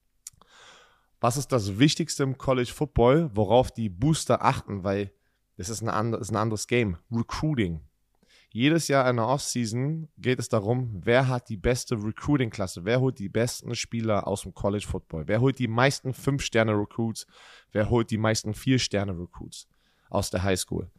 Was ist das Wichtigste im College Football, worauf die Booster achten? Weil das ist ein anderes Game. Recruiting. Jedes Jahr in der Offseason geht es darum, wer hat die beste Recruiting-Klasse, wer holt die besten Spieler aus dem College Football, wer holt die meisten 5-Sterne-Recruits, wer holt die meisten 4-Sterne-Recruits aus der High School.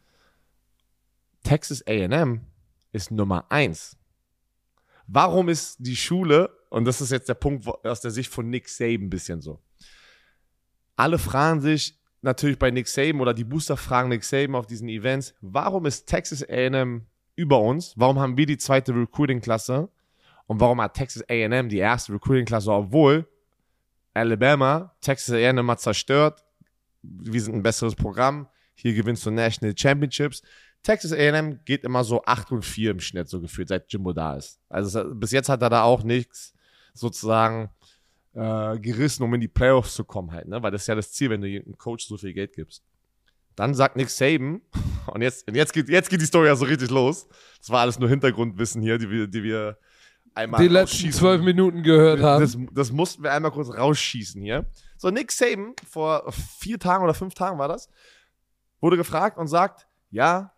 Texas A&M ist Nummer 1. Warum ist die Schule, und das ist jetzt der Punkt aus der Sicht von Nick Saban ein bisschen so, alle fragen sich natürlich bei Nick Saban oder die Booster fragen Nick Saban auf diesen Events, warum ist Texas A&M über uns? Warum haben wir die zweite Recruiting-Klasse? Und warum hat Texas A&M die erste Recruiting-Klasse, obwohl Alabama Texas A&M hat zerstört? Wir sind ein besseres Programm. Hier gewinnst du National Championships. Texas A&M geht immer so 8-4 im Schnitt so gefühlt, seit Jimbo da ist. Also bis jetzt hat er da auch nichts sozusagen gerissen, um in die Playoffs zu kommen halt, ne? Weil das ist ja das Ziel, wenn du einem Coach so viel Geld gibst. Dann sagt Nick Saban, und jetzt geht die Story ja so richtig los. Das war alles nur Hintergrundwissen hier, die wir einmal die letzten 12 Minuten gehört haben. Das mussten wir einmal kurz rausschießen hier. So, Nick Saban, vor 4 Tagen oder 5 Tagen war das, wurde gefragt und sagt, ja,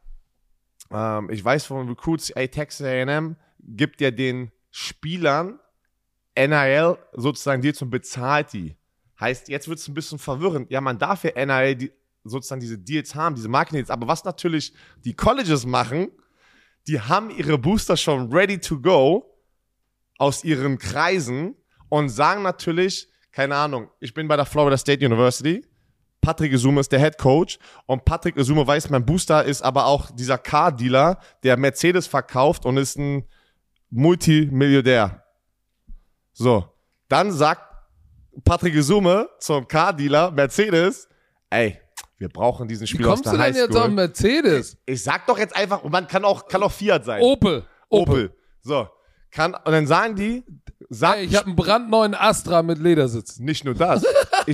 ich weiß von Recruits, Texas A&M gibt ja den Spielern NIL sozusagen Deals und bezahlt die. Heißt, jetzt wird es ein bisschen verwirrend. Ja, man darf ja NIL sozusagen diese Deals haben, diese Marketing-Deals. Aber was natürlich die Colleges machen, die haben ihre Booster schon ready to go aus ihren Kreisen und sagen natürlich, keine Ahnung, ich bin bei der Florida State University, Patrick Esume ist der Head Coach und Patrick Esume weiß, mein Booster ist aber auch dieser Car-Dealer, der Mercedes verkauft und ist ein Multimilliardär. So, dann sagt Patrick Esume zum Car-Dealer Mercedes, ey, wir brauchen diesen Spieler aus der Highschool. Wie kommst du denn jetzt auf Mercedes? Ich sag doch jetzt einfach, man kann auch Fiat sein. Opel. So, und dann sagen die, hey, ich habe einen brandneuen Astra mit Ledersitz. Nicht nur das,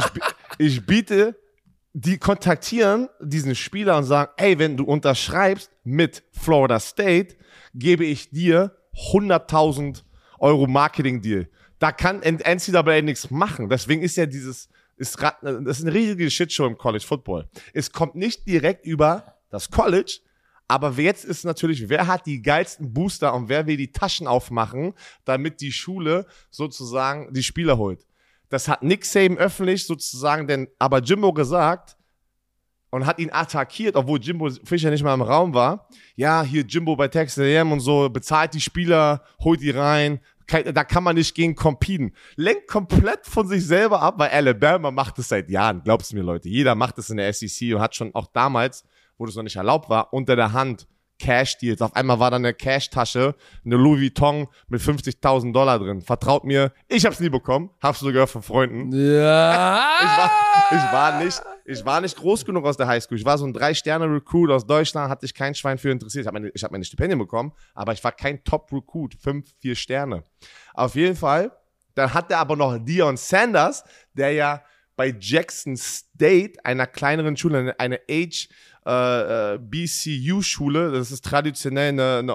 ich biete, die kontaktieren diesen Spieler und sagen, ey, wenn du unterschreibst mit Florida State, gebe ich dir 100.000 Euro Marketing-Deal. Da kann NCAA nichts machen. Deswegen ist ja das ist eine riesige Shitshow im College Football. Es kommt nicht direkt über das College, aber jetzt ist natürlich, wer hat die geilsten Booster und wer will die Taschen aufmachen, damit die Schule sozusagen die Spieler holt. Das hat Nick Saban öffentlich sozusagen aber Jimbo gesagt und hat ihn attackiert, obwohl Jimbo Fischer nicht mal im Raum war. Ja, hier Jimbo bei Texas A&M und so, bezahlt die Spieler, holt die rein. Da kann man nicht gegen competen. Lenkt komplett von sich selber ab, weil Alabama macht es seit Jahren. Glaubst du mir, Leute? Jeder macht es in der SEC und hat schon auch damals, wo das noch nicht erlaubt war, unter der Hand Cash-Deals. Auf einmal war da eine Cash-Tasche, eine Louis Vuitton mit $50.000 drin. Vertraut mir, ich hab's nie bekommen. Hab's sogar von Freunden. Ja. Ich war nicht groß genug aus der Highschool. Ich war so ein 3-Sterne-Recruit aus Deutschland, hatte ich kein Schwein für interessiert. Ich hab meine Stipendien bekommen, aber ich war kein Top-Recruit. 4 Sterne. Auf jeden Fall. Dann hat er aber noch Deion Sanders, der ja bei Jackson State, einer kleineren Schule, eine BCU-Schule, das ist traditionell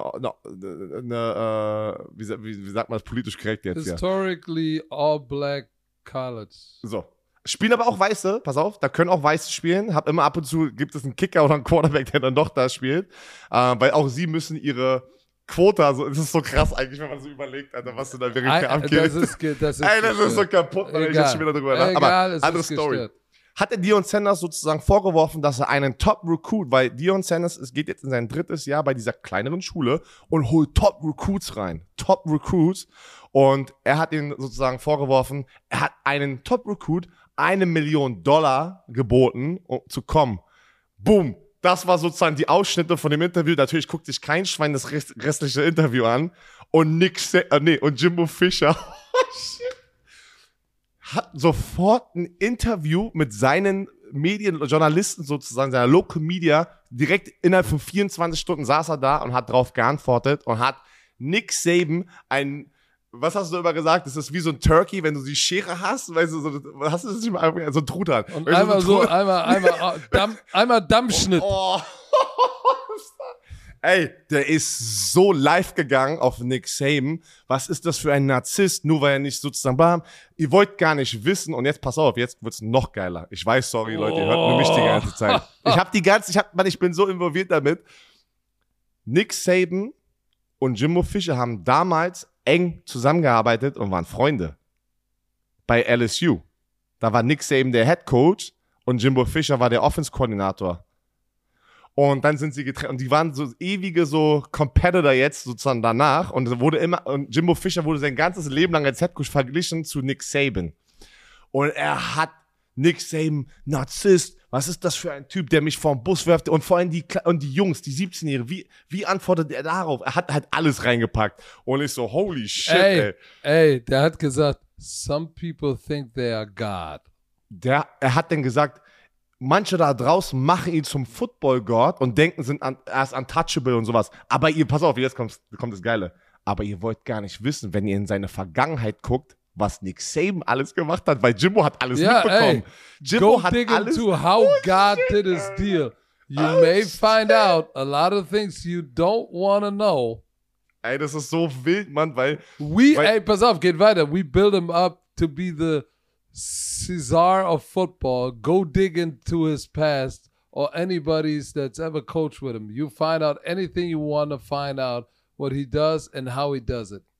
wie sagt man das politisch korrekt jetzt? Historically all-black college. So. Spielen aber auch Weiße, pass auf, da können auch Weiße spielen. Hab immer ab und zu, gibt es einen Kicker oder einen Quarterback, der dann doch da spielt. Weil auch sie müssen ihre Quota, also es ist so krass eigentlich, wenn man so überlegt, Alter, was du da wirklich abgehst. Das ist so kaputt, weil ich jetzt schon wieder drüber nach. Aber andere Story. Gestört. Hat der Deion Sanders sozusagen vorgeworfen, dass er einen Top-Recruit, weil Deion Sanders, es geht jetzt in sein 3. Jahr bei dieser kleineren Schule und holt Top-Recruits rein. Top-Recruits. Und er hat ihn sozusagen vorgeworfen, er hat einen Top-Recruit $1 Million geboten, um zu kommen. Boom. Das war sozusagen die Ausschnitte von dem Interview. Natürlich guckt sich kein Schwein das restliche Interview an. Und und Jimbo Fischer hat sofort ein Interview mit seinen Journalisten sozusagen, seiner Local Media, direkt innerhalb von 24 Stunden saß er da und hat darauf geantwortet und hat Nick Saban was hast du immer gesagt? Das ist wie so ein Turkey, wenn du die Schere hast, weißt du, hast du das nicht mal, so ein Truthahn. Und einmal Dampfschnitt. Oh. Ey, der ist so live gegangen auf Nick Saban. Was ist das für ein Narzisst? Nur weil er nicht sozusagen ihr wollt gar nicht wissen. Und jetzt pass auf, jetzt wird's noch geiler. Ich weiß, sorry, Leute, ihr hört nur mich die ganze Zeit. Ich bin so involviert damit. Nick Saban und Jimbo Fischer haben damals eng zusammengearbeitet und waren Freunde. Bei LSU. Da war Nick Saban der Head Coach und Jimbo Fischer war der Offense-Koordinator. Und dann sind sie getrennt. Und die waren so ewige so Competitor jetzt sozusagen danach. Und Jimbo Fischer wurde sein ganzes Leben lang als Head Coach verglichen zu Nick Saban. Und er hat Nick Saban, Narzisst, was ist das für ein Typ, der mich vom Bus wirft? Und vor allem die Jungs, die 17-Jährigen, wie antwortet er darauf? Er hat halt alles reingepackt. Und ich so, holy shit, ey. Der hat gesagt, some people think they are God. Er hat dann gesagt, manche da draußen machen ihn zum Football-God und denken, er ist untouchable und sowas. Aber pass auf, jetzt kommt das Geile. Aber ihr wollt gar nicht wissen, wenn ihr in seine Vergangenheit guckt, was Nick Saban alles gemacht hat, weil Jimbo hat alles mitbekommen. Jimbo hat alles. Go dig into how God did his deal. You may find out a lot of things you don't want to know. Ey, das ist so wild, Mann, weil... pass auf, geht weiter. We build him up to be the Caesar of football. Go dig into his past or anybody's that's ever coached with him. You find out anything you want to find out, what he does and how he does it.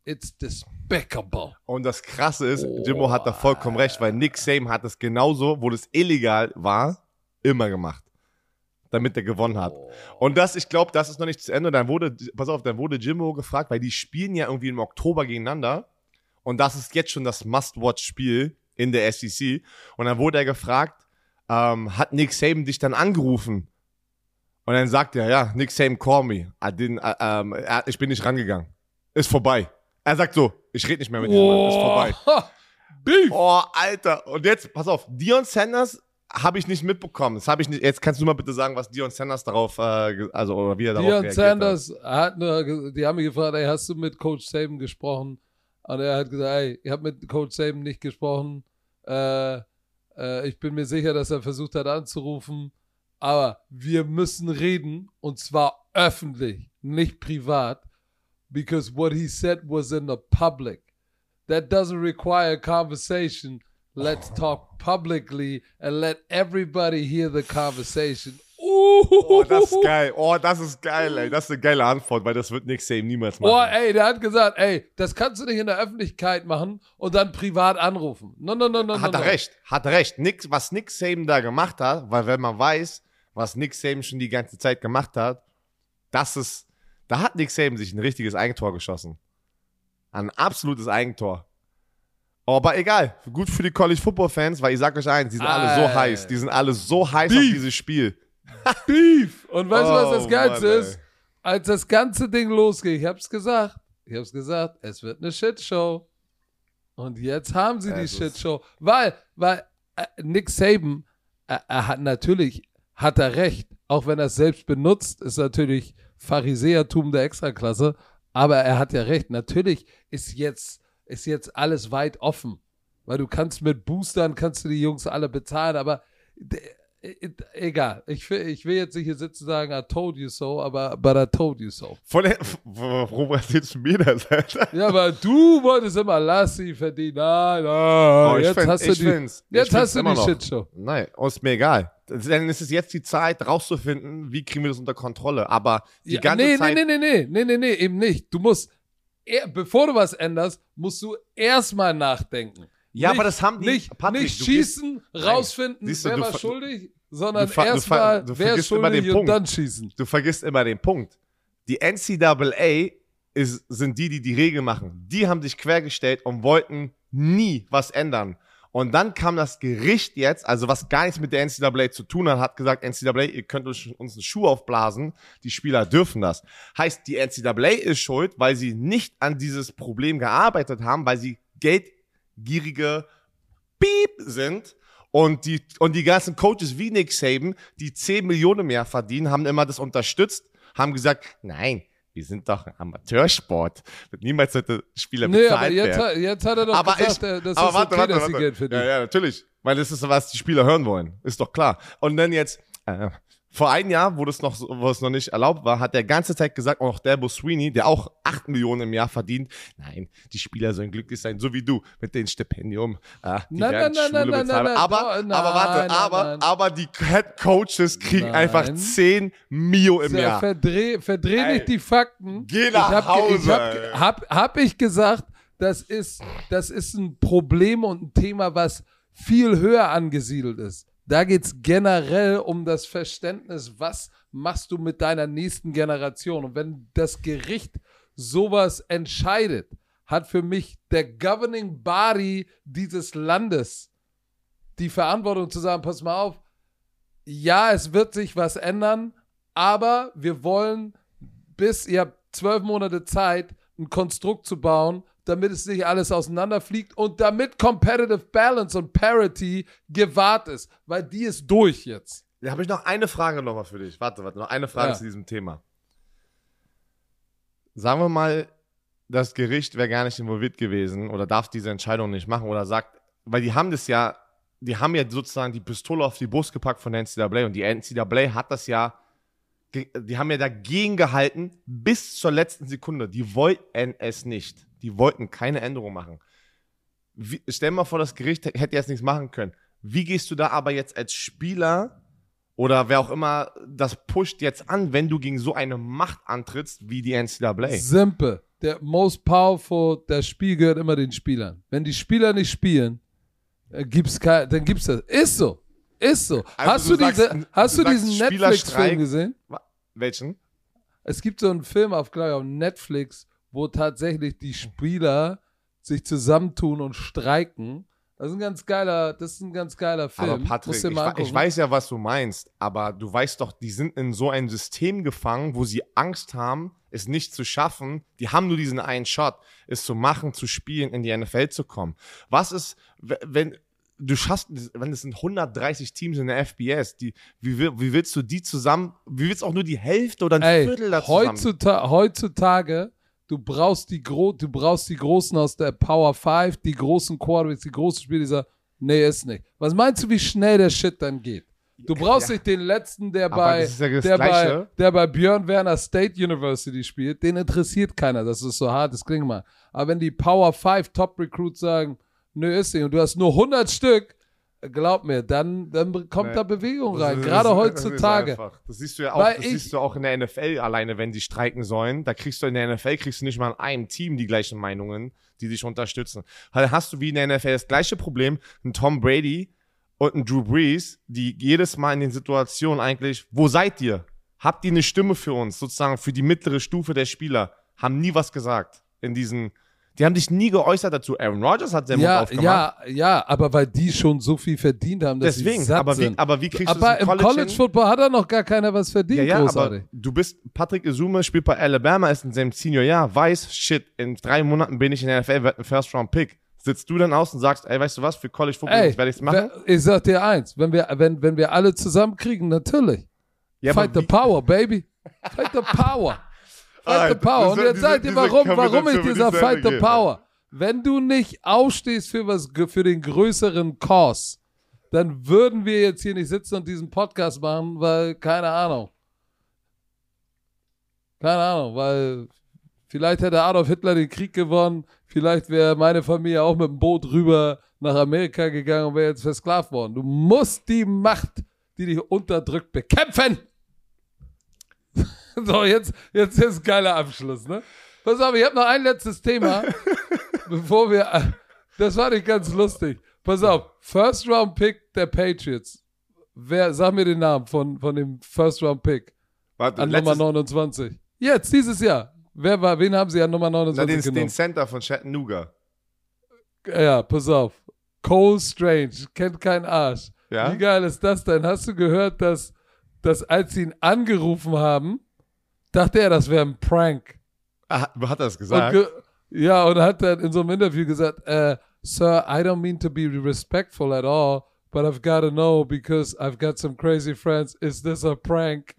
It's despicable. Und das Krasse ist, Jimbo hat da vollkommen recht, weil Nick Saban hat es genauso, wo das illegal war, immer gemacht. Damit er gewonnen hat. Und ich glaube, das ist noch nicht zu Ende. Dann wurde Jimbo gefragt, weil die spielen ja irgendwie im Oktober gegeneinander. Und das ist jetzt schon das Must-Watch-Spiel in der SEC. Und dann wurde er gefragt, hat Nick Saban dich dann angerufen? Und dann sagt er, ja, Nick Saban call me. Ich bin nicht rangegangen. Ist vorbei. Er sagt so, ich rede nicht mehr mit ihm, ist vorbei. Beef. Oh, Alter. Und jetzt, pass auf, Deion Sanders habe ich nicht mitbekommen. Das habe ich nicht. Jetzt kannst du mal bitte sagen, was Deion Sanders darauf, oder wie er darauf reagiert hat. Deion Sanders die haben mich gefragt, ey, hast du mit Coach Saban gesprochen? Und er hat gesagt, ey, ich habe mit Coach Saban nicht gesprochen. Ich bin mir sicher, dass er versucht hat anzurufen. Aber wir müssen reden, und zwar öffentlich, nicht privat. Because what he said was in the public. That doesn't require a conversation. Let's talk publicly and let everybody hear the conversation. Oh, das ist geil. Oh, das ist geil, ey. Das ist eine geile Antwort, weil das wird Nick Saban niemals machen. Oh, ey, der hat gesagt, ey, das kannst du nicht in der Öffentlichkeit machen und dann privat anrufen. No. Hat er recht. Was Nick Saban da gemacht hat, weil wenn man weiß, was Nick Saban schon die ganze Zeit gemacht hat, da hat Nick Saban sich ein richtiges Eigentor geschossen. Ein absolutes Eigentor. Aber egal, gut für die College-Football-Fans, weil ich sag euch eins, die sind alle so heiß. Die sind alle so heiß auf dieses Spiel. Beef! Und weißt du, was das Geilste ist? Als das ganze Ding losging, ich hab's gesagt, es wird eine Shitshow. Und jetzt haben sie die Shitshow. Weil Nick Saban, hat er recht, auch wenn er es selbst benutzt, ist natürlich Pharisäertum der Extraklasse, aber er hat ja recht, natürlich ist jetzt alles weit offen, weil du kannst mit Boostern, kannst du die Jungs alle bezahlen, aber egal, ich will jetzt nicht hier sitzen und sagen, I told you so, but I told you so. Warum erzählst du mir das, Alter? Ja, aber du wolltest immer Lassi verdienen. Nein. Jetzt hast du die Shitshow. Nein, ist mir egal. Denn es ist jetzt die Zeit, rauszufinden, wie kriegen wir das unter Kontrolle. Aber die ganze Zeit... Nee, eben nicht. Du musst, bevor du was änderst, musst du erstmal nachdenken. Ja, aber das haben die... Nicht schießen, rausfinden, wer war schuldig, sondern erstmal, wer ist schuldig und dann schießen. Du vergisst immer den Punkt. Die NCAA sind die Regeln machen. Die haben sich quergestellt und wollten nie was ändern. Und dann kam das Gericht jetzt, also was gar nichts mit der NCAA zu tun hat gesagt, NCAA, ihr könnt uns einen Schuh aufblasen, die Spieler dürfen das. Heißt, die NCAA ist schuld, weil sie nicht an dieses Problem gearbeitet haben, weil sie geldgierige Piep sind. Und die ganzen Coaches wie Nick Saban, die 10 Millionen mehr verdienen, haben immer das unterstützt, haben gesagt, nein, wir sind doch ein Amateursport. Wird niemals solche Spieler bezahlt werden. Aber jetzt hat er doch gesagt, das ist okay, dass sie Geld verdienen. Ja, natürlich. Weil das ist, was die Spieler hören wollen. Ist doch klar. Und dann jetzt, vor einem Jahr, wo es noch nicht erlaubt war, hat der ganze Zeit gesagt, auch der Dabo Swinney, der auch 8 Millionen im Jahr verdient, nein, die Spieler sollen glücklich sein, so wie du, mit dem Stipendium. Die werden Schule bezahlen. Aber die Head Coaches kriegen einfach 10 Mio im Jahr. Verdreh nicht die Fakten. Geh nach Hause. Hab ich gesagt, das ist ein Problem und ein Thema, was viel höher angesiedelt ist. Da geht es generell um das Verständnis, was machst du mit deiner nächsten Generation. Und wenn das Gericht sowas entscheidet, hat für mich der Governing Body dieses Landes die Verantwortung zu sagen, pass mal auf, ja, es wird sich was ändern, aber wir wollen ihr habt 12 Monate Zeit, ein Konstrukt zu bauen, damit es nicht alles auseinanderfliegt und damit Competitive Balance und Parity gewahrt ist, weil die ist durch jetzt. Da habe ich noch eine Frage nochmal für dich. Warte, noch eine Frage zu diesem Thema. Sagen wir mal, das Gericht wäre gar nicht involviert gewesen oder darf diese Entscheidung nicht machen oder sagt, weil die haben ja sozusagen die Pistole auf die Brust gepackt von der NCAA und die NCAA hat das ja, die haben ja dagegen gehalten bis zur letzten Sekunde. Die wollten es nicht. Die wollten keine Änderung machen. Stell dir mal vor, das Gericht hätte jetzt nichts machen können. Wie gehst du da aber jetzt als Spieler oder wer auch immer, das pusht jetzt an, wenn du gegen so eine Macht antrittst wie die NCAA. Simple. Der most powerful, das Spiel gehört immer den Spielern. Wenn die Spieler nicht spielen, dann gibt's das. Ist so. Also hast du diesen Netflix-Film gesehen? Welchen? Es gibt so einen Film auf Netflix, wo tatsächlich die Spieler sich zusammentun und streiken. Das ist ein ganz geiler Film. Aber Patrick, ich weiß ja, was du meinst, aber du weißt doch, die sind in so ein System gefangen, wo sie Angst haben, es nicht zu schaffen. Die haben nur diesen einen Shot, es zu machen, zu spielen, in die NFL zu kommen. Was ist, wenn es sind 130 Teams in der FBS, wie willst du die zusammen, wie willst du auch nur die Hälfte oder ein Viertel dazu zusammen? Heutzutage, du brauchst die Großen aus der Power 5, die großen Quarterbacks, die großen Spieler, die sagen, nee, ist nicht. Was meinst du, wie schnell der Shit dann geht? Du brauchst nicht den Letzten, der bei Björn Werner State University spielt, den interessiert keiner, das ist so hart, das klingt mal. Aber wenn die Power 5 Top Recruits sagen, nö, ist nicht, und du hast nur 100 Stück, glaub mir, dann kommt da Bewegung rein, gerade heutzutage. Das siehst du ja auch, siehst du auch in der NFL alleine, wenn die streiken sollen. Da kriegst du in der NFL nicht mal in einem Team die gleichen Meinungen, die dich unterstützen. Dann hast du wie in der NFL das gleiche Problem, ein Tom Brady und ein Drew Brees, die jedes Mal in den Situationen eigentlich, wo seid ihr? Habt ihr eine Stimme für uns, sozusagen für die mittlere Stufe der Spieler? Haben nie was gesagt in diesen. Die haben sich nie geäußert dazu. Aaron Rodgers hat seinen Mund aufgemacht. Ja, aber weil die schon so viel verdient haben, dass sie satt sind. Aber wie kriegst du das im College-Football hat er noch gar keiner was verdient, großartig. Aber du bist, Patrick Isume spielt bei Alabama, ist in seinem Senior-Jahr, weiß, shit, in 3 Monaten bin ich in der NFL, werde ein First-Round-Pick. Sitzt du dann aus und sagst, ey, weißt du was, für College-Football werde ich es machen? Ich sag dir eins, wenn wir alle zusammenkriegen, natürlich. Ja, Fight the power, baby. Fight the power. Fight the Power. Und jetzt seid ihr, warum ich dir sage, Fight the Power. Wenn du nicht aufstehst für den größeren Cause, dann würden wir jetzt hier nicht sitzen und diesen Podcast machen, weil, keine Ahnung, weil vielleicht hätte Adolf Hitler den Krieg gewonnen, vielleicht wäre meine Familie auch mit dem Boot rüber nach Amerika gegangen und wäre jetzt versklavt worden. Du musst die Macht, die dich unterdrückt, bekämpfen. So, jetzt ist ein geiler Abschluss, ne? Pass auf, ich habe noch ein letztes Thema, bevor wir, das war nicht ganz lustig. Pass auf, First Round Pick der Patriots. Sag mir den Namen von dem First Round Pick. Warte, Nummer 29. Jetzt, dieses Jahr. Wen haben sie an Nummer 29 genommen? Den Center von Chattanooga. Ja, pass auf. Cole Strange, kennt keinen Arsch. Ja? Wie geil ist das denn? Hast du gehört, dass als sie ihn angerufen haben, dachte er, das wäre ein Prank. Hat er das gesagt? Und hat dann in so einem Interview gesagt, Sir, I don't mean to be respectful at all, but I've got to know because I've got some crazy friends. Is this a prank?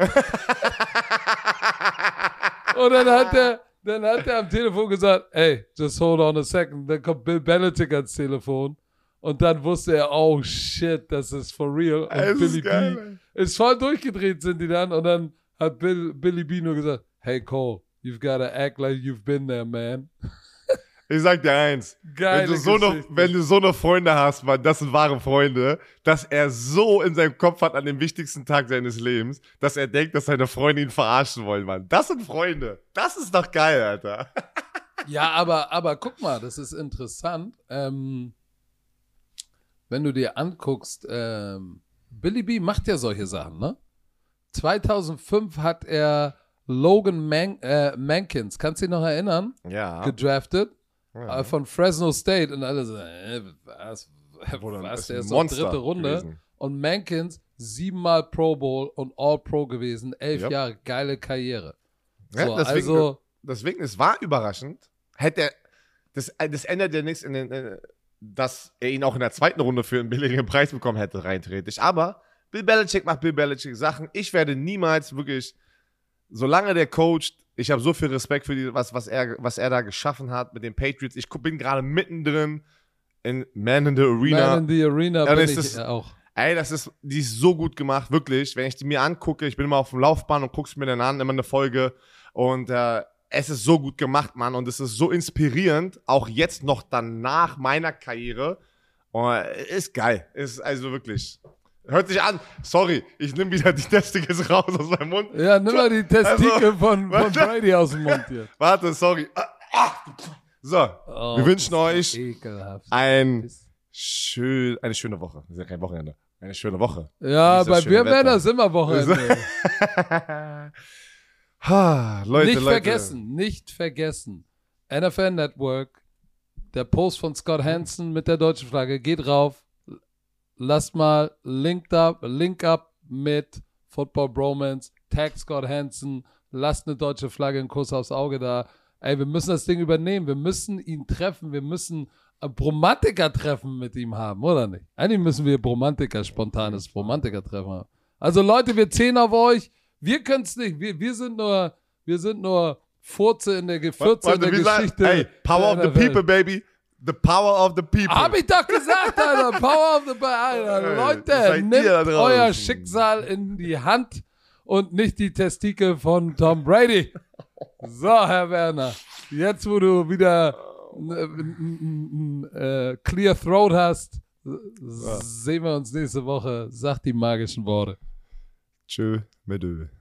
Und dann hat er am Telefon gesagt, hey, just hold on a second. Dann kommt Bill Belichick ans Telefon. Und dann wusste er, oh shit, das ist for real. Und Billy B ist voll durchgedreht, sind die dann. Und dann hat Billy B nur gesagt, hey Cole, you've got to act like you've been there, man. Ich sag dir eins, wenn du so eine Freunde hast, Mann, das sind wahre Freunde, dass er so in seinem Kopf hat an dem wichtigsten Tag seines Lebens, dass er denkt, dass seine Freunde ihn verarschen wollen, Mann. Das sind Freunde. Das ist doch geil, Alter. Ja, aber guck mal, das ist interessant. Wenn du dir anguckst, Billy B macht ja solche Sachen, ne? 2005 hat er Logan Mankins, kannst du dich noch erinnern? Ja. Gedraftet. Ja. Von Fresno State und alle so, was, der ist doch dritte Runde. Gewesen. Und Mankins 7-mal Pro Bowl und All-Pro gewesen, 11 Jahre, geile Karriere. Ja, deswegen, es war überraschend. Das ändert ja nichts, dass er ihn auch in der zweiten Runde für einen billigen Preis bekommen hätte, rein theoretisch. Aber Bill Belichick macht Bill Belichick Sachen. Ich werde niemals wirklich, solange der coacht, ich habe so viel Respekt für was er da geschaffen hat mit den Patriots. Ich bin gerade mittendrin in Man in the Arena. Man in the Arena bin ich auch. Ey, die ist so gut gemacht, wirklich. Wenn ich die mir angucke, ich bin immer auf dem Laufbahn und guck's mir dann an, immer eine Folge. Und es ist so gut gemacht, Mann. Und es ist so inspirierend, auch jetzt noch danach meiner Karriere. Und ist geil. Ist also wirklich. Hört sich an. Sorry, ich nehme wieder die Testicles raus aus meinem Mund. Ja, nimm mal die Testikel von Brady aus dem Mund hier. Warte, sorry. So, wir wünschen euch ekelhaft. eine schöne Woche. Das ist ja kein Wochenende. Eine schöne Woche. Ja, bei wir werden das immer Wochenende. Leute. Nicht vergessen. NFL Network, der Post von Scott Hansen mit der deutschen Flagge, geht rauf. Lasst mal Link up mit Football Bromance, tag Scott Hansen, lasst eine deutsche Flagge, einen Kuss aufs Auge da. Ey, wir müssen das Ding übernehmen, wir müssen ihn treffen, wir müssen ein Bromantiker-Treffen mit ihm haben, oder nicht? Eigentlich müssen wir spontanes Bromantiker-Treffen haben. Also Leute, wir zählen auf euch, wir können es nicht, wir sind nur Furze in der Gefürze in der Geschichte. Hey, Power of the People, baby. The power of the people. Hab ich doch gesagt, Alter. Power of the people. Alter. Leute, nehmt euer Schicksal in die Hand und nicht die Testikel von Tom Brady. So, Herr Werner. Jetzt, wo du wieder Clear Throat hast, sehen wir uns nächste Woche. Sag die magischen Worte. Tschö, mit Ö.